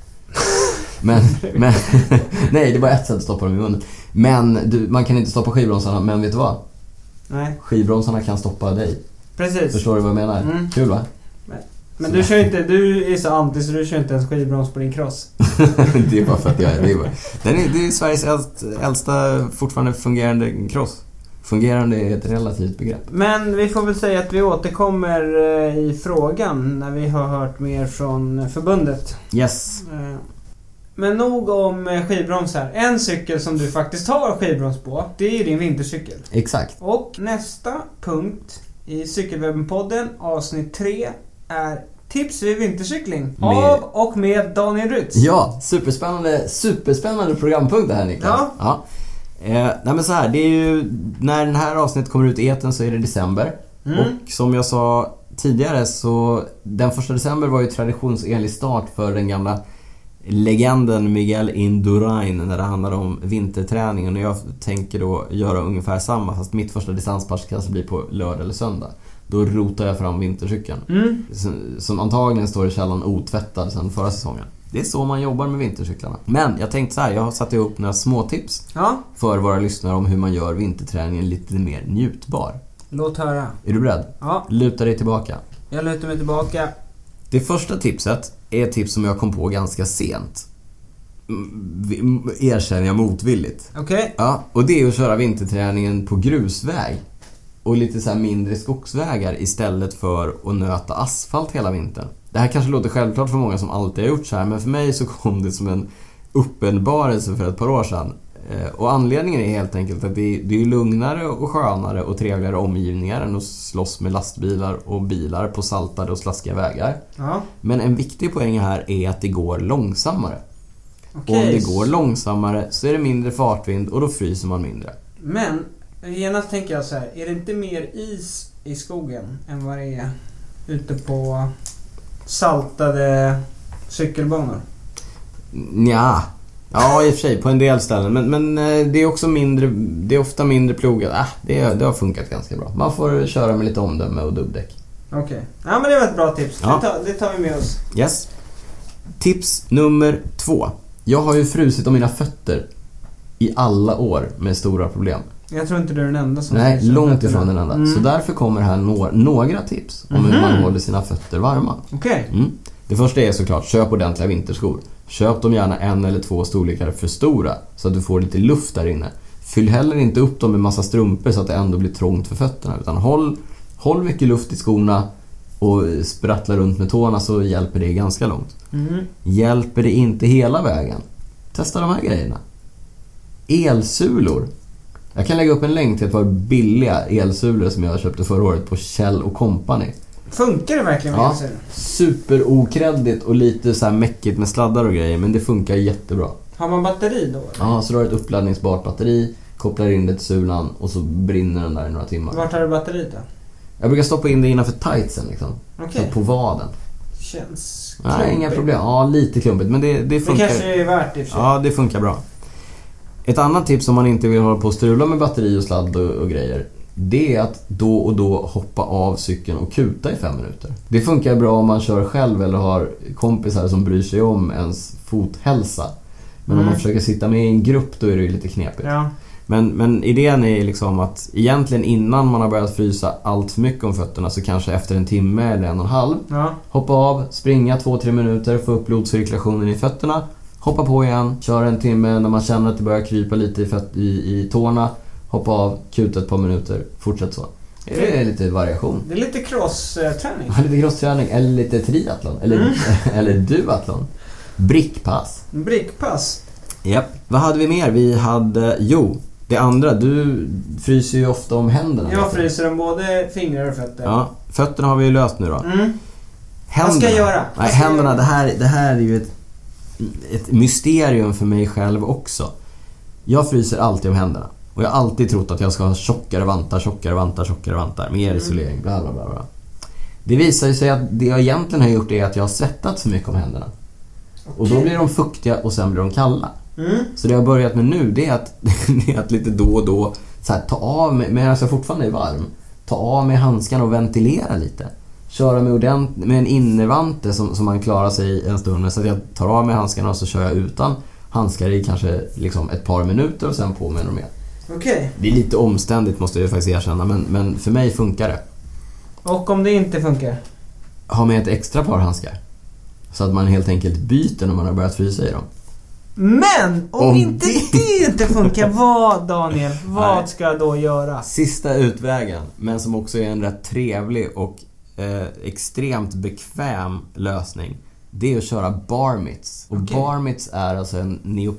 Men, men nej, det är bara ett sätt att stoppa dem i munnen. Men du, man kan inte stoppa skivbromsarna, men vet du vad? Nej. Skivbromsarna kan stoppa dig. Precis. Förstår du vad jag menar? Mm. Kul, va? Men, men du kör inte, du är så anti så du kör inte ens skivbroms på din cross. Det är bara för att jag är det. Den är, det är Sveriges äldsta, äldsta fortfarande fungerande cross. Fungerande är ett relativt begrepp. Men vi får väl säga att vi återkommer i frågan när vi har hört mer från förbundet. Yes. Men nog om skivbroms här. En cykel som du faktiskt har skivbroms på, det är din vintercykel. Exakt. Och nästa punkt i Cykelwebben-podden, avsnitt tre, är tips vid vintercykling. Med... Av och med Daniel Rytz. Ja, superspännande, superspännande programpunkt det här, Niklas. Ja. Ja. Eh, nej men så här, det är ju när den här avsnittet kommer ut i eten så är det december. Mm. Och som jag sa tidigare så den första december var ju traditionsenlig start för den gamla legenden Miguel Indurain när det handlar om vinterträning. Och när jag tänker då göra ungefär samma, fast mitt första distanspass kanske blir på lördag eller söndag, då rotar jag fram vintercykeln. Mm. Som, som antagligen står i källan otvättad sedan förra säsongen. Det är så man jobbar med vintercyklarna. Men jag tänkte så här, jag har satt ihop några små tips ja. för våra lyssnare om hur man gör vinterträningen lite mer njutbar. Låt höra. Är du beredd? Ja. Luta dig tillbaka. Jag lutar mig tillbaka. Det första tipset är ett tips som jag kom på ganska sent. Erkänner jag motvilligt. Okej. Okay. Ja, och det är att köra vinterträningen på grusväg och lite så här mindre skogsvägar istället för att nöta asfalt hela vintern. Det här kanske låter självklart för många som alltid har gjort så här, men för mig så kom det som en uppenbarelse för ett par år sedan. Och anledningen är helt enkelt att det är, det är lugnare och skönare och trevligare omgivningar än att slåss med lastbilar och bilar på saltade och slaskiga vägar. Ja. Men en viktig poäng här är att det går långsammare. Okej. Och om det går långsammare så är det mindre fartvind och då fryser man mindre. Men genast tänker jag så här, är det inte mer is i skogen än vad det är ute på saltade cykelbanor? Nja. Ja, i och för sig på en del ställen, men, men det är också mindre, det är ofta mindre plogat. Äh, det, det har funkat ganska bra. Man får köra med lite omdöme och dubbdäck. Okej. Okay. Ja, men det var ett bra tips. Ja. Det, tar, det tar vi med oss. Yes. Tips nummer två. Jag har ju frusit om mina fötter i alla år med stora problem. Jag tror inte du är den enda som... Nej, långt ifrån den enda. Mm. Så därför kommer här no- några tips om mm-hmm. hur man håller sina fötter varma. Okej. Okay. Mm. Det första är såklart, köp ordentliga vinterskor. Köp dem gärna en eller två storlekar för stora så att du får lite luft där inne. Fyll heller inte upp dem med massa strumpor så att det ändå blir trångt för fötterna. Utan håll, håll mycket luft i skorna och sprattla runt med tårna så hjälper det ganska långt. Mm. Hjälper det inte hela vägen? Testa de här grejerna. Elsulor. Jag kan lägga upp en länk till ett par billiga elsulor som jag köpte förra året på Kjell och Company. Funkar det verkligen med ja, elsulor? Super okreddigt och lite så här mäckigt med sladdar och grejer, men det funkar jättebra. Har man batteri då? Eller? Ja, så du har ett uppladdningsbart batteri, kopplar in det till sulan och så brinner den där i några timmar. Vart har du batteriet då? Jag brukar stoppa in det innanför tightsen liksom. Okay. På vaden. Känns klumpigt. Nej, inga problem. Ja, lite klumpigt, men det, det funkar. Det kanske är värt det för sig. Ja, det funkar bra. Ett annat tips om man inte vill hålla på och strula med batteri och sladd och, och grejer, det är att då och då hoppa av cykeln och kuta i fem minuter. Det funkar bra om man kör själv eller har kompisar som bryr sig om ens fothälsa. Men mm. om man försöker sitta med i en grupp då är det ju lite knepigt. Ja. Men, men idén är liksom att egentligen innan man har börjat frysa allt för mycket om fötterna så kanske efter en timme eller en och en halv ja. hoppa av, springa två tre minuter, få upp blodcirkulationen i fötterna, hoppa på igen, köra en timme när man känner att det börjar krypa lite i, föt- i, i tårna, hoppa av, kuta ett par minuter, fortsätt så. Det är lite variation. Det är lite cross-träning. Ja, lite cross-träning eller lite triathlon eller, mm. eller duathlon. Brickpass. Brickpass. Japp. Vad hade vi mer? Vi hade, jo, det andra, du fryser ju ofta om händerna. Jag fryser om både fingrar och fötter. Ja, fötterna har vi ju löst nu då. Mm. Händerna. Vad ska jag göra? Nej, ska händerna, jag... det här, det här är ju ett, ett mysterium för mig själv också. Jag fryser alltid om händerna. Och jag har alltid trott att jag ska ha tjockare vantar, tjockare vantar, tjockare vantar. Mer mm. isolering, bla bla bla bla. Det visar ju sig att det jag egentligen har gjort är att jag har svettats för mycket om händerna. Okay. Och då blir de fuktiga och sen blir de kalla. Mm. Så det jag har börjat med nu det är att, det är att lite då och då så här, ta av med, medan jag fortfarande är varm, ta av med handskarna och ventilera lite. Köra med, ordent, med en innervante som, som man klarar sig en stund med. Så att jag tar av med handskarna och så kör jag utan handskar i kanske liksom ett par minuter och sen på med något mer. Okay. Det är lite omständigt måste jag faktiskt erkänna, men, men för mig funkar det. Och om det inte funkar? Ha med ett extra par handskar. Så att man helt enkelt byter när man har börjat frysa i dem. Men om, om inte det... det inte funkar, vad Daniel, vad Nej. ska jag då göra? Sista utvägen, men som också är en rätt trevlig och eh, extremt bekväm lösning, det är att köra bar mitts. Och okay. bar mitts är alltså en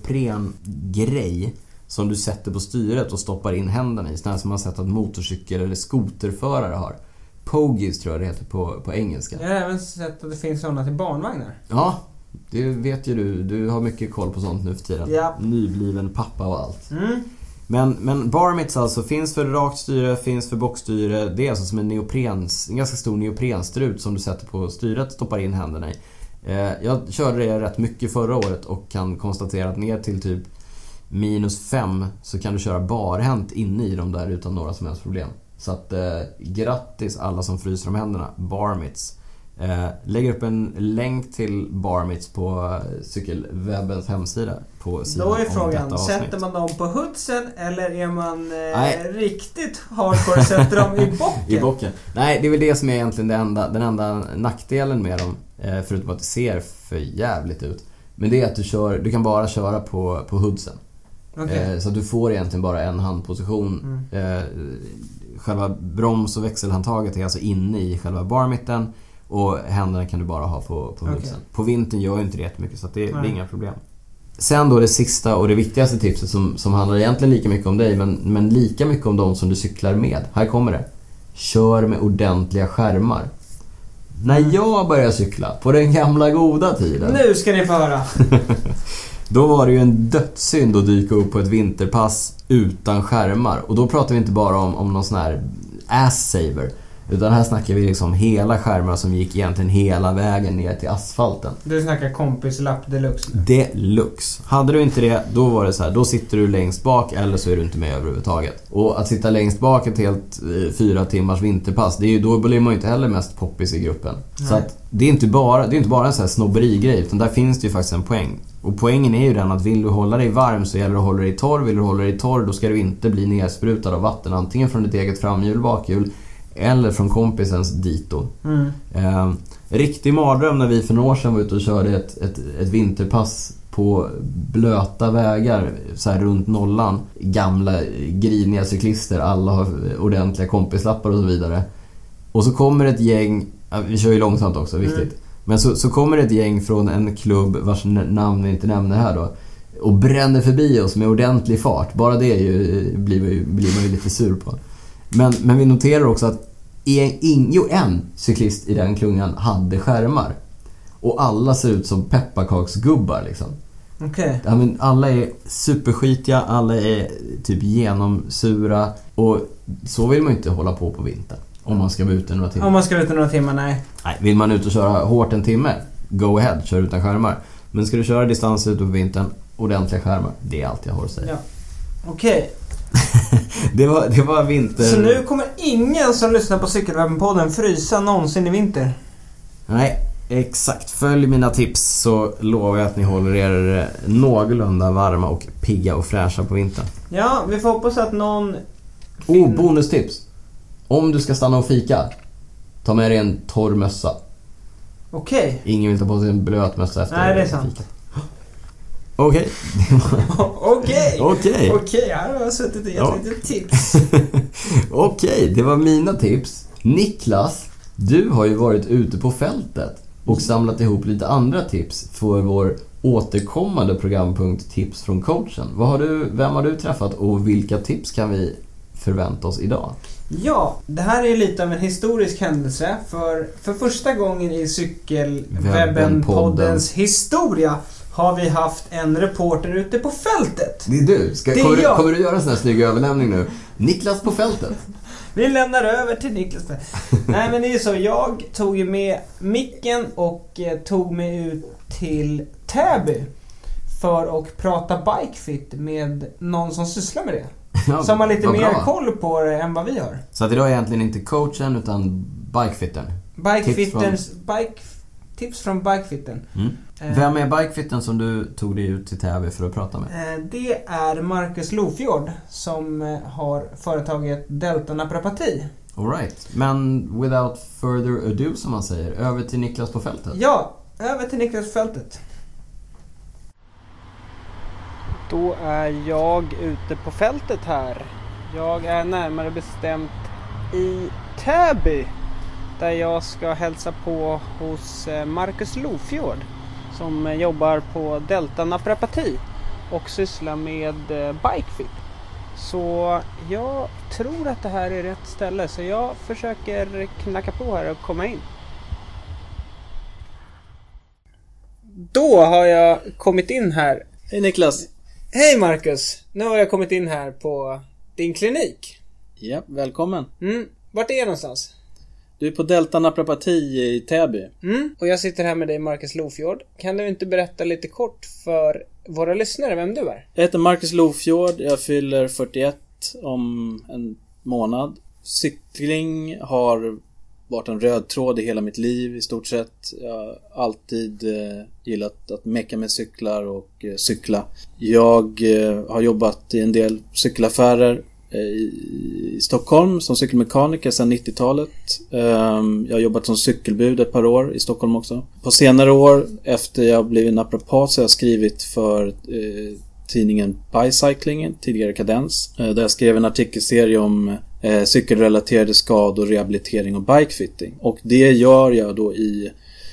neoprengrej som du sätter på styret och stoppar in händerna i. Sådär som man sett att motorcykel- eller skoterförare har. Pogies tror jag det heter på, på engelska. Jag har även sett att det finns sådana till barnvagnar. Ja, det vet ju du. Du har mycket koll på sånt nu för tiden. Ja. Nybliven pappa och allt. Mm. Men, men bar mitts alltså finns för rakt styre, finns för bockstyre. Det är alltså som en neoprens, en ganska stor neoprenstrut som du sätter på styret och stoppar in händerna i. Eh, jag körde det rätt mycket förra året och kan konstatera att ner till typ minus fem så kan du köra barhänt inne i dem där utan några som helst problem. Så att eh, grattis alla som fryser om händerna. Bar mitts. Eh, lägger upp en länk till Barmits på Cykelwebbens hemsida på sidan. Då är frågan, sätter man dem på hoodsen eller är man eh, riktigt hardcore sätter dem i bocken? I bocken. Nej, det är väl det som är egentligen det enda, den enda nackdelen med dem, eh, förutom att det ser för jävligt ut. Men det är att du kör, du kan bara köra på, på hoodsen. Okay. Eh, så du får egentligen bara en handposition. Mm. Eh, själva broms- och växelhandtaget är alltså inne i själva barmitten. Och händerna kan du bara ha på, på hoodsen. Okay. På vintern gör ju inte det jättemycket, så att det, det är inga problem. Sen då det sista och det viktigaste tipset som, som handlar egentligen lika mycket om dig, men, men lika mycket om de som du cyklar med. Här kommer det. Kör med ordentliga skärmar. När jag började cykla på den gamla goda tiden. Nu ska ni få höra. Då var det ju en dödssynd att dyka upp på ett vinterpass utan skärmar. Och då pratar vi inte bara om, om någon sån här ass-saver. Utan här snackar vi liksom hela skärmar som gick egentligen hela vägen ner till asfalten. Du snackar kompislapp deluxe. Deluxe. Hade du inte det, då var det så här, då sitter du längst bak eller så är du inte med överhuvudtaget. Och att sitta längst bak ett helt eh, fyra timmars vinterpass, det är ju, då blir man ju inte heller mest poppis i gruppen. Nej. Så att det är inte bara, det är inte bara en sån här snobberigrej, utan där finns det ju faktiskt en poäng. Och poängen är ju den att vill du hålla dig varm så gäller det att hålla dig torr. Vill du hålla dig torr, då ska du inte bli nersprutad av vatten, antingen från ditt eget framhjul, bakhjul eller från kompisens dito. Mm. Eh, riktig mardröm när vi för några år sedan var ute och körde ett, ett, ett vinterpass på blöta vägar så här runt nollan. Gamla griniga cyklister, alla har ordentliga kompislappar och så vidare. Och så kommer ett gäng, vi kör ju långsamt också, viktigt. Mm. Men så, så kommer ett gäng från en klubb vars namn vi inte nämner här då och bränner förbi oss med ordentlig fart. Bara det är ju, blir, man ju, blir man ju lite sur på. Men, men vi noterar också att en, in, jo, en cyklist i den klungan hade skärmar. Och alla ser ut som pepparkaksgubbar liksom. Okay. Ja, men alla är superskitiga, alla är typ genomsura. Och så vill man inte hålla på på vintern. Om man ska vara ute några timmar. Om man ska vara ute några timmar, nej. Nej, vill man ut och köra hårt en timme, go ahead, kör utan skärmar. Men ska du köra distans ut på vintern, ordentliga skärmar. Det är allt jag har att säga. Ja. Okej. Okay. det, var, det var vinter. Så nu kommer ingen som lyssnar på Cykelwebben-podden frysa någonsin i vinter? Nej, exakt. Följ mina tips så lovar jag att ni håller er någorlunda varma och pigga och fräscha på vintern. Ja, vi får hoppas att någon... Fin... Oh, bonustips. Om du ska stanna och fika, ta med dig en torr mössa. Okej. Okay. Ingen vill ta på sig en blöt mössa efter. Nej, det är sant. Fika. Okej. Okej. Okej. Okej, här har jag suttit och gett ja. lite tips. Okej, det var mina tips. Niklas, du har ju varit ute på fältet och samlat ihop lite andra tips för vår återkommande programpunkt Tips från coachen. Vad har du, vem har du träffat och vilka tips kan vi förvänta oss idag? Ja, det här är lite av en historisk händelse. För, för första gången i Cykelwebben-poddens historia har vi haft en reporter ute på fältet. Det är du. Ska, det kommer, är du kommer du göra en sån här snygg överlämning nu? Niklas på fältet. Vi lämnar över till Niklas. Nej, men det är så. Jag tog ju med micken och eh, tog mig ut till Täby för att prata bikefit med någon som sysslar med det. Ja, som har lite mer bra koll på det än vad vi har. Så att idag är egentligen inte coachen utan bikefittern. Bikefitterns bike tips från bikefitten. Mm. Vem är bikefitten som du tog dig ut till Täby för att prata med? Det är Marcus Lofjord som har företaget Delta Naprapati. All right. Men without further ado, som man säger, över till Niklas på fältet. Ja, över till Niklas på fältet. Då är jag ute på fältet här. Jag är närmare bestämt i Täby, där jag ska hälsa på hos Marcus Lofjord som jobbar på Delta Naprapati och sysslar med bikefit. Så jag tror att det här är rätt ställe, så jag försöker knacka på här och komma in. Då har jag kommit in här. Hej Niklas. Hej Marcus. Nu har jag kommit in här på din klinik. Ja, välkommen. Mm. Vart är jag någonstans? Du är på Delta Naprapati i Täby. Mm. Och jag sitter här med dig, Marcus Lofjord. Kan du inte berätta lite kort för våra lyssnare vem du är? Jag heter Marcus Lofjord. Jag fyller fyrtioett om en månad. Cykling har varit en röd tråd i hela mitt liv i stort sett. Jag har alltid eh, gillat att mecka med cyklar och eh, cykla. Jag eh, har jobbat i en del cykelaffärer eh, i, i Stockholm som cykelmekaniker sedan nittiotalet. Eh, jag har jobbat som cykelbud ett par år i Stockholm också. På senare år, efter jag blivit naprapat, så har jag skrivit för eh, tidningen Bicycling, tidigare Kadens, där jag skrev en artikelserie om eh, cykelrelaterade skador, rehabilitering och bikefitting. Och det gör jag då i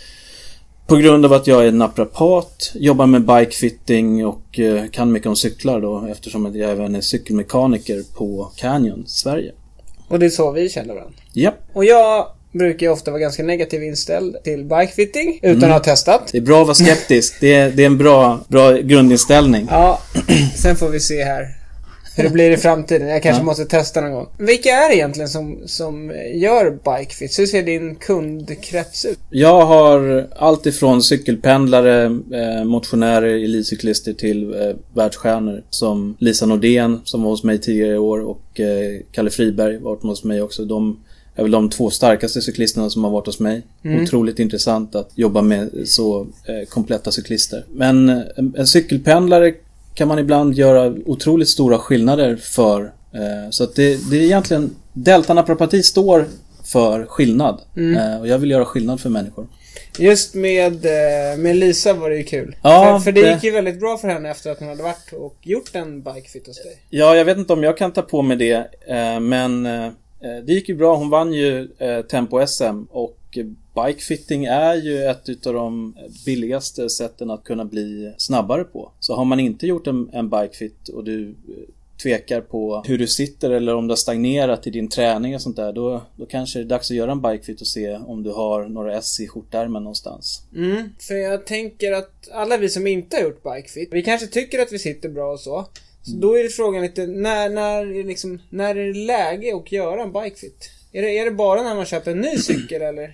på grund av att jag är naprapat, jobbar med bikefitting och eh, kan mycket om cyklar då, eftersom jag även är cykelmekaniker på Canyon, Sverige. Och det är så vi känner varandra. Ja. Och jag brukar ju ofta vara ganska negativ inställd till bikefitting utan Mm. att ha testat. Det är bra att vara skeptisk. det, är, det är en bra, bra grundinställning. Ja, sen får vi se här hur det blir i framtiden. Jag kanske Ja. måste testa någon gång. Vilka är det egentligen som, som gör bikefit? Hur ser din kundkrets ut? Jag har allt ifrån cykelpendlare, eh, motionärer, elitcyklister till eh, världsstjärnor som Lisa Nordén som var hos mig tidigare i år och eh, Kalle Friberg var hos mig också. De är väl de två starkaste cyklisterna som har varit hos mig. Mm. Otroligt intressant att jobba med så eh, kompletta cyklister. Men en, en cykelpendlare kan man ibland göra otroligt stora skillnader för. Eh, så att det, det är egentligen Delta Naprapati står för skillnad. Mm. Eh, och jag vill göra skillnad för människor. Just med, med Lisa var det ju kul. Ja, för, för det, det gick ju väldigt bra för henne efter att hon hade varit och gjort en bikefit hos dig. Ja, jag vet inte om jag kan ta på mig det. Eh, men eh, det gick ju bra. Hon vann ju eh, Tempo-S M och bikefitting är ju ett av de billigaste sätten att kunna bli snabbare på. Så har man inte gjort en, en bikefit och du tvekar på hur du sitter eller om du har stagnerat i din träning och sånt där, då, då kanske det är dags att göra en bikefit och se om du har några S i skjortärmen någonstans. Mm, för jag tänker att alla vi som inte har gjort bikefit, vi kanske tycker att vi sitter bra och så. Så mm. då är det frågan lite, när, när, liksom, när är det läge att göra en bikefit? Är det, är det bara när man köper en ny cykel eller?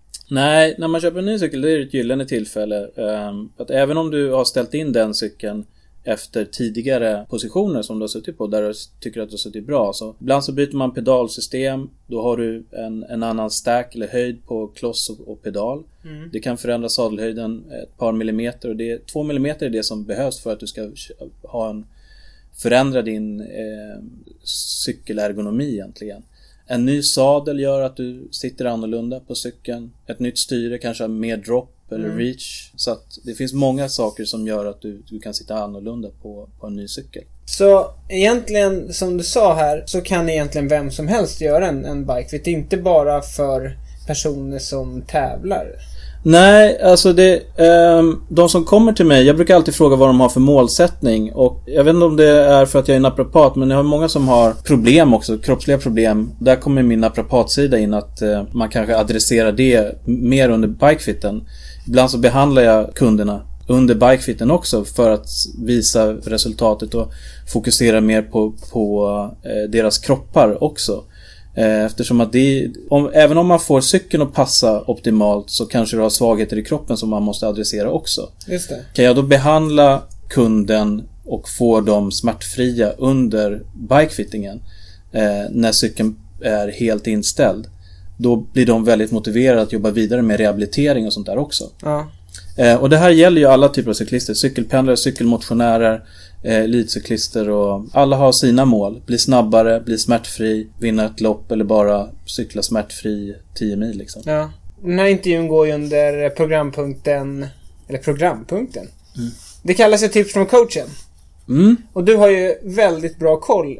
Nej, när man köper en ny cykel då är det ett gyllene tillfälle. Um, att även om du har ställt in den cykeln efter tidigare positioner som du har suttit på där du tycker att du har suttit bra, så ibland så byter man pedalsystem, då har du en, en annan stack eller höjd på kloss och, och pedal. Mm. Det kan förändra sadelhöjden ett par millimeter och det, två millimeter är det som behövs för att du ska ha en förändra din eh, cykelergonomi egentligen. En ny sadel gör att du sitter annorlunda på cykeln. Ett nytt styre kanske har mer drop eller mm. reach. Så att det finns många saker som gör att du, du kan sitta annorlunda på, på en ny cykel. Så egentligen, som du sa här, så kan egentligen vem som helst göra en, en bikefit. Inte bara för personer som tävlar. Nej, alltså det, eh, de som kommer till mig, jag brukar alltid fråga vad de har för målsättning. Och jag vet inte om det är för att jag är naprapat, men jag har många som har problem också, kroppsliga problem. Där kommer min naprapatsida in, att eh, man kanske adresserar det mer under bikefiten. Ibland så behandlar jag kunderna under bikefiten också för att visa resultatet och fokusera mer på, på eh, deras kroppar också. Eftersom att det, om, även om man får cykeln att passa optimalt, så kanske du har svagheter i kroppen som man måste adressera också. Just det. Kan jag då behandla kunden och få dem smärtfria under bikefittingen eh, när cykeln är helt inställd, då blir de väldigt motiverade att jobba vidare med rehabilitering och sånt där också. Ja. Eh, och det här gäller ju alla typer av cyklister, cykelpendlare, cykelmotionärer, elitcyklister, och alla har sina mål. Bli snabbare, bli smärtfri, vinna ett lopp eller bara cykla smärtfri tio mil liksom. Ja. Den här intervjun går ju under programpunkten, eller programpunkten. Mm. Det kallas ju tips från coachen. Mm. Och du har ju väldigt bra koll,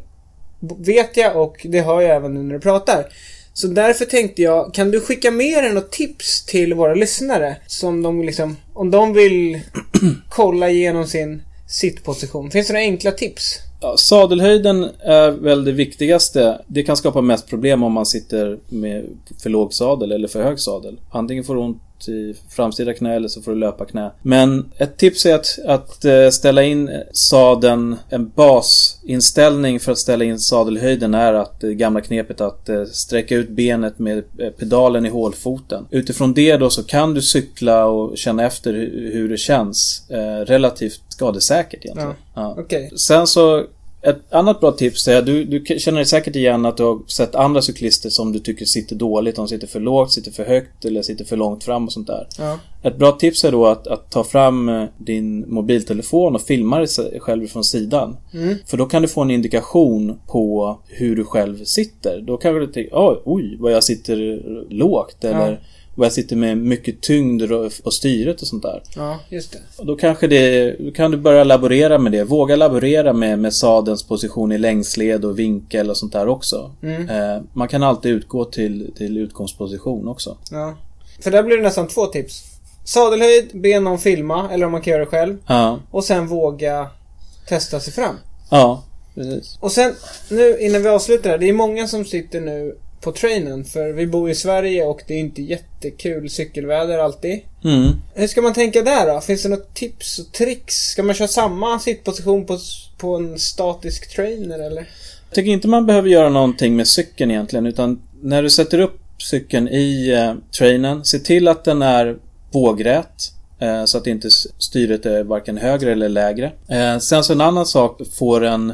vet jag, och det har jag även när du pratar. Så därför tänkte jag, kan du skicka med dig något tips till våra lyssnare som de liksom, om de vill kolla igenom sin sittposition. Finns det några enkla tips? Ja, sadelhöjden är väl det viktigaste. Det kan skapa mest problem om man sitter med för låg sadel eller för hög sadel. Antingen får du ont i framsida knä eller så får du löpa knä. Men ett tips är att, att ställa in sadeln, en basinställning för att ställa in sadelhöjden är att det gamla knepet att sträcka ut benet med pedalen i hålfoten. Utifrån det då så kan du cykla och känna efter hur det känns eh, relativt skadesäkert egentligen. Ja, ja. Okay. Sen så Ett annat bra tips är att du, du känner dig säkert igen att du har sett andra cyklister som du tycker sitter dåligt. De sitter för lågt, sitter för högt eller sitter för långt fram och sånt där. Ja. Ett bra tips är då att, att ta fram din mobiltelefon och filma dig själv från sidan. Mm. För då kan du få en indikation på hur du själv sitter. Då kan du tänka, oh, oj, vad jag sitter lågt eller... Ja. Och jag sitter med mycket tyngd på styret och sånt där. Ja, just det. Och då kanske det, då kan du börja laborera med det. Våga laborera med, med sadelns position i längsled och vinkel och sånt där också. Mm. Eh, man kan alltid utgå till, till utgångsposition också. Ja. För där blir det nästan två tips. Sadelhöjd, be någon filma eller om man kan göra det själv. Ja. Och sen våga testa sig fram. Ja, precis. Och sen, nu innan vi avslutar här, det är många som sitter nu på trainen, för vi bor i Sverige och det är inte jättekul cykelväder alltid. Mm. Hur ska man tänka där då? Finns det något tips och tricks? Ska man köra samma sittposition på, på en statisk trainer eller? Jag tycker inte man behöver göra någonting med cykeln egentligen, utan när du sätter upp cykeln i eh, trainen, se till att den är vågrät eh, så att inte styret är varken högre eller lägre. Eh, sen så en annan sak, får en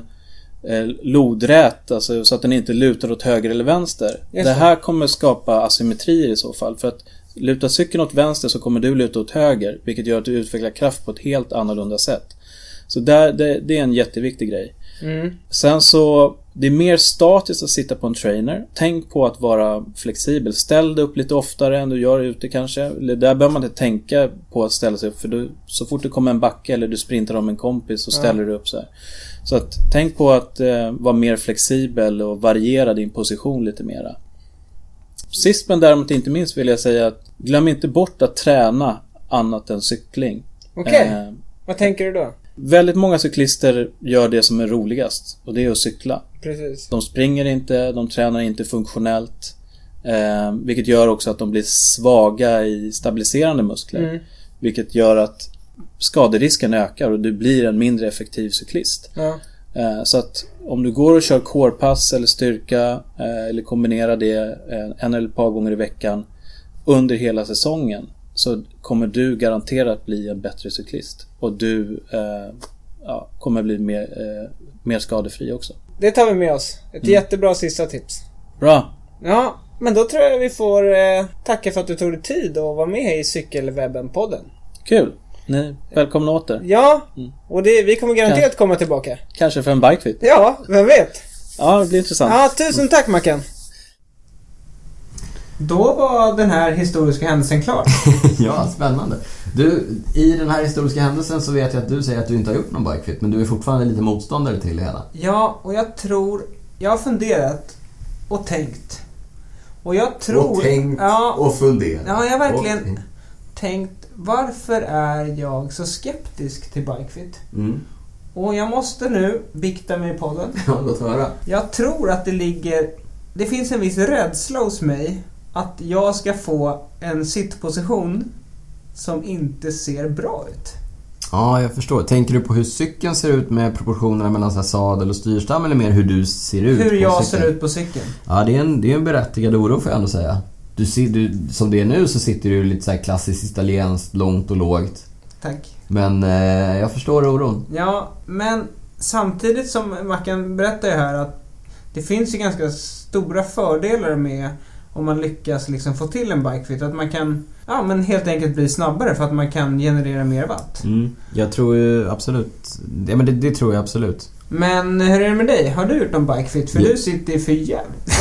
lodrät, alltså så att den inte lutar åt höger eller vänster. Yes. Det här kommer skapa asymmetrier i så fall, för att luta cykeln åt vänster så kommer du luta åt höger, vilket gör att du utvecklar kraft på ett helt annorlunda sätt. Så där, det, det är en jätteviktig grej. Mm. Sen så, det är mer statiskt att sitta på en trainer. Tänk på att vara flexibel. Ställ dig upp lite oftare än du gör ute kanske. Där behöver man inte tänka på att ställa sig upp, för du, så fort du kommer en backe eller du sprintar om en kompis så ställer ja. du upp så här. Så att tänk på att eh, vara mer flexibel och variera din position lite mera. Sist men däremot inte minst vill jag säga att glöm inte bort att träna annat än cykling. Okej, okay. eh, vad tänker du då? Väldigt många cyklister gör det som är roligast, och det är att cykla. Precis. De springer inte, de tränar inte funktionellt, eh, vilket gör också att de blir svaga i stabiliserande muskler. Mm. Vilket gör att skaderisken ökar och du blir en mindre effektiv cyklist. Ja. Eh, så att om du går och kör corepass eller styrka eh, eller kombinerar det eh, en eller ett par gånger i veckan under hela säsongen, så kommer du garanterat bli en bättre cyklist. Och du eh, ja, kommer bli mer, eh, mer skadefri också. Det tar vi med oss. Ett mm. jättebra sista tips. Bra. Ja, men då tror jag vi får eh, tacka för att du tog dig tid och var med i Cykelwebben-podden. Kul. Ni, välkomna åter. Ja, mm. och det, vi kommer garanterat Kans- komma tillbaka. Kanske för en bikefit. Ja, vem vet. Ja, det blir intressant. Ja, tusen tack Mackan. Då var den här historiska händelsen klar. Ja, spännande. Du, i den här historiska händelsen så vet jag att du säger att du inte har gjort någon bikefit, men du är fortfarande lite motståndare till det hela. Ja, och jag tror, jag har funderat och tänkt. Och jag tror... Och tänkt ja, och funderat. Ja, jag har verkligen och tänkt, varför är jag så skeptisk till bikefit? Mm. Och jag måste nu bikta mig i podden. Ja, låt höra. Jag tror att det ligger... Det finns en viss rädsla hos mig att jag ska få en sittposition som inte ser bra ut. Ja, jag förstår. Tänker du på hur cykeln ser ut med proportionerna mellan så här sadel och styrstam, eller mer hur du ser ut hur på jag cykeln? ser ut på cykeln. Ja, det är en, det är en berättigad oro får jag ändå säga. Du ser, du, som det är nu så sitter du lite så här klassiskt italienskt, långt och lågt. Tack. Men eh, jag förstår oron. Ja, men samtidigt som man kan berätta ju här att det finns ju ganska stora fördelar med om man lyckas liksom få till en bikefit, att man kan ja, men helt enkelt bli snabbare för att man kan generera mer watt. Mm, jag tror ju absolut. Ja, men det, det tror jag absolut. Men hur är det med dig? Har du gjort någon bikefit? För ja. du sitter för jävligt.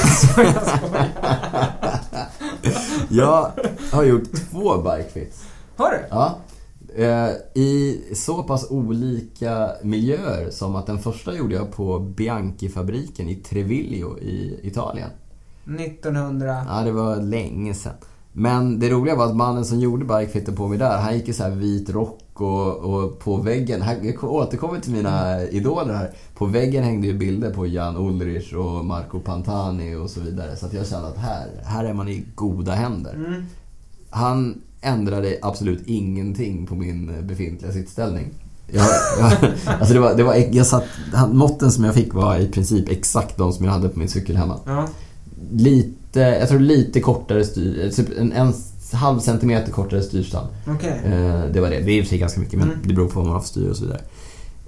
Jag har gjort två bikefits. Har du? Ja. I så pass olika miljöer som att den första gjorde jag på Bianchi-fabriken i Treviglio i Italien. nittonhundra Ja, det var länge sedan. Men det roliga var att mannen som gjorde bikefiten på mig där, han gick i så här vit rock och, och på väggen, jag återkommer till mina idoler här, på väggen hängde ju bilder på Jan Ulrich och Marco Pantani och så vidare. Så att jag kände att här, här är man i goda händer. Mm. Han ändrade absolut ingenting på min befintliga sittställning. Jag, jag, alltså det var, det var, jag satt, måtten som jag fick var i princip exakt de som jag hade på min cykel hemma. Ja. Lite, jag tror lite kortare styr, typ en, en halv centimeter kortare styrstam. Okay. Eh, det var det. Det är i och för sig ganska mycket, men mm. det beror på vad man har för styr och så vidare.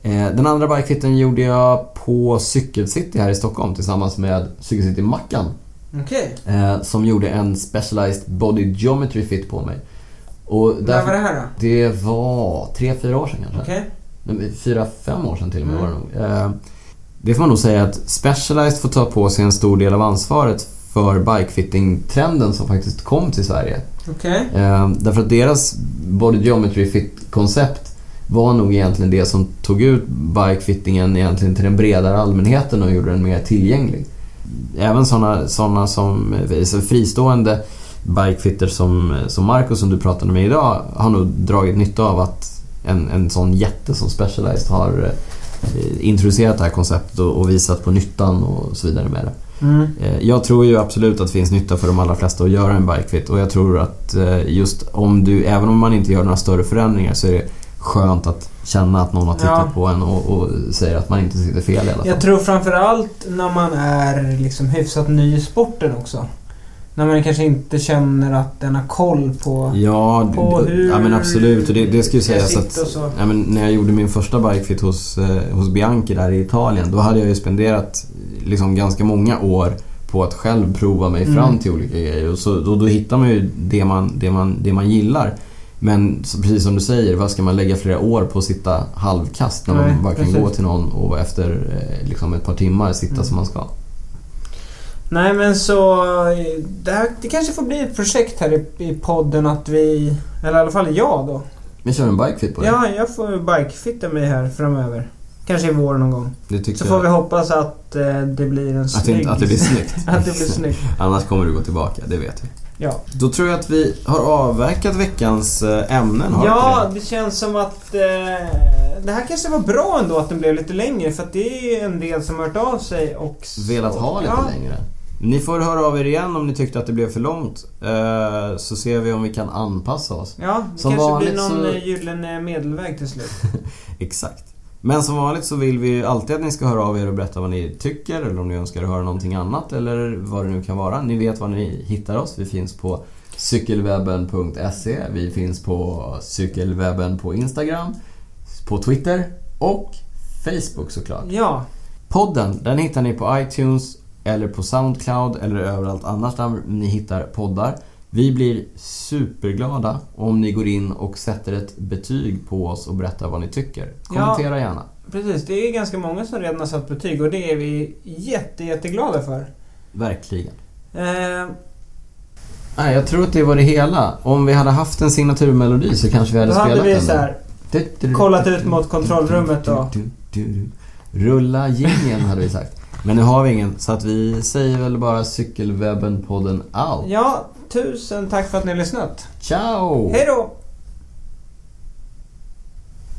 Den andra bikefitten gjorde jag på Cykelcity här i Stockholm tillsammans med Cykelcity Mackan. Okej. Okay. Som gjorde en Specialized Body Geometry Fit på mig. Och när var det här då? Det var tre, fyra år sedan kanske. Okej. Okay. Fyra, fem år sedan till och med mm. var det nog. Det får man nog säga att Specialized får ta på sig en stor del av ansvaret för bikefitting-trenden som faktiskt kom till Sverige. Okej. Okay. Därför att deras Body Geometry Fit-koncept var nog egentligen det som tog ut bikefittingen egentligen till den bredare allmänheten och gjorde den mer tillgänglig. Även sådana såna som så fristående bikefitter som, som Marcus som du pratade med idag har nog dragit nytta av att en, en sån jätte som Specialized har eh, introducerat det här konceptet och, och visat på nyttan och så vidare med det. Mm. Eh, jag tror ju absolut att det finns nytta för de allra flesta att göra en bikefit och jag tror att eh, just om du, även om man inte gör några större förändringar så är det skönt att känna att någon har tittat ja. på en och, och säger att man inte sitter fel i alla fall. Jag tror framförallt när man är liksom hyfsat ny i sporten också. När man kanske inte känner att den har koll på, ja, på hur... Ja, men absolut. Och det, det skulle jag säga att så. Ja, men när jag gjorde min första bikefit hos, eh, hos Bianchi där i Italien, då hade jag ju spenderat liksom ganska många år på att själv prova mig mm. fram till olika grejer. Och så, då, då hittar man ju det man, det man, det man gillar. Men så, precis som du säger, vad ska man lägga flera år på att sitta halvkast när Nej, man bara kan precis. gå till någon och efter eh, liksom ett par timmar sitta mm. som man ska. Nej men så det, här, det kanske får bli ett projekt här i, i podden att vi, eller i alla fall jag då. Vi kör en bikefit på det. Ja, jag får bikefitta mig här framöver. Kanske i vår någon gång. Det så jag... får vi hoppas att eh, det blir en snygg... Att det, att det blir snyggt. att det blir snyggt. Annars kommer du gå tillbaka, det vet vi. Ja. Då tror jag att vi har avverkat veckans ämnen. Har ja, det? det känns som att eh, det här kanske var bra ändå att den blev lite längre. För att det är en del som har hört av sig och velat ha lite ja. längre. Ni får höra av er igen om ni tyckte att det blev för långt. Uh, så ser vi om vi kan anpassa oss. Ja, det som kanske blir någon så... gyllene medelväg till slut. Exakt. Men som vanligt så vill vi alltid att ni ska höra av er och berätta vad ni tycker. Eller om ni önskar höra någonting annat. Eller vad det nu kan vara. Ni vet var ni hittar oss. Vi finns på cykelwebben punkt se. Vi finns på cykelwebben på Instagram. På Twitter. Och Facebook såklart. Ja. Podden, den hittar ni på iTunes eller på Soundcloud eller överallt annars där ni hittar poddar. Vi blir superglada om ni går in och sätter ett betyg på oss och berättar vad ni tycker. Kommentera ja, gärna. Precis, det är ganska många som redan har satt betyg och det är vi jätte, jätteglada för. Verkligen. Eh... Nej, jag tror att det var det hela. Om vi hade haft en signaturmelodi så kanske vi hade då spelat hade vi den. Så här, kollat ut mot kontrollrummet då. Rulla gingen hade vi sagt. Men nu har vi ingen, så att vi säger väl bara Cykelwebben-podden out. Ja, tusen tack för att ni har lyssnat. Ciao! Hej då!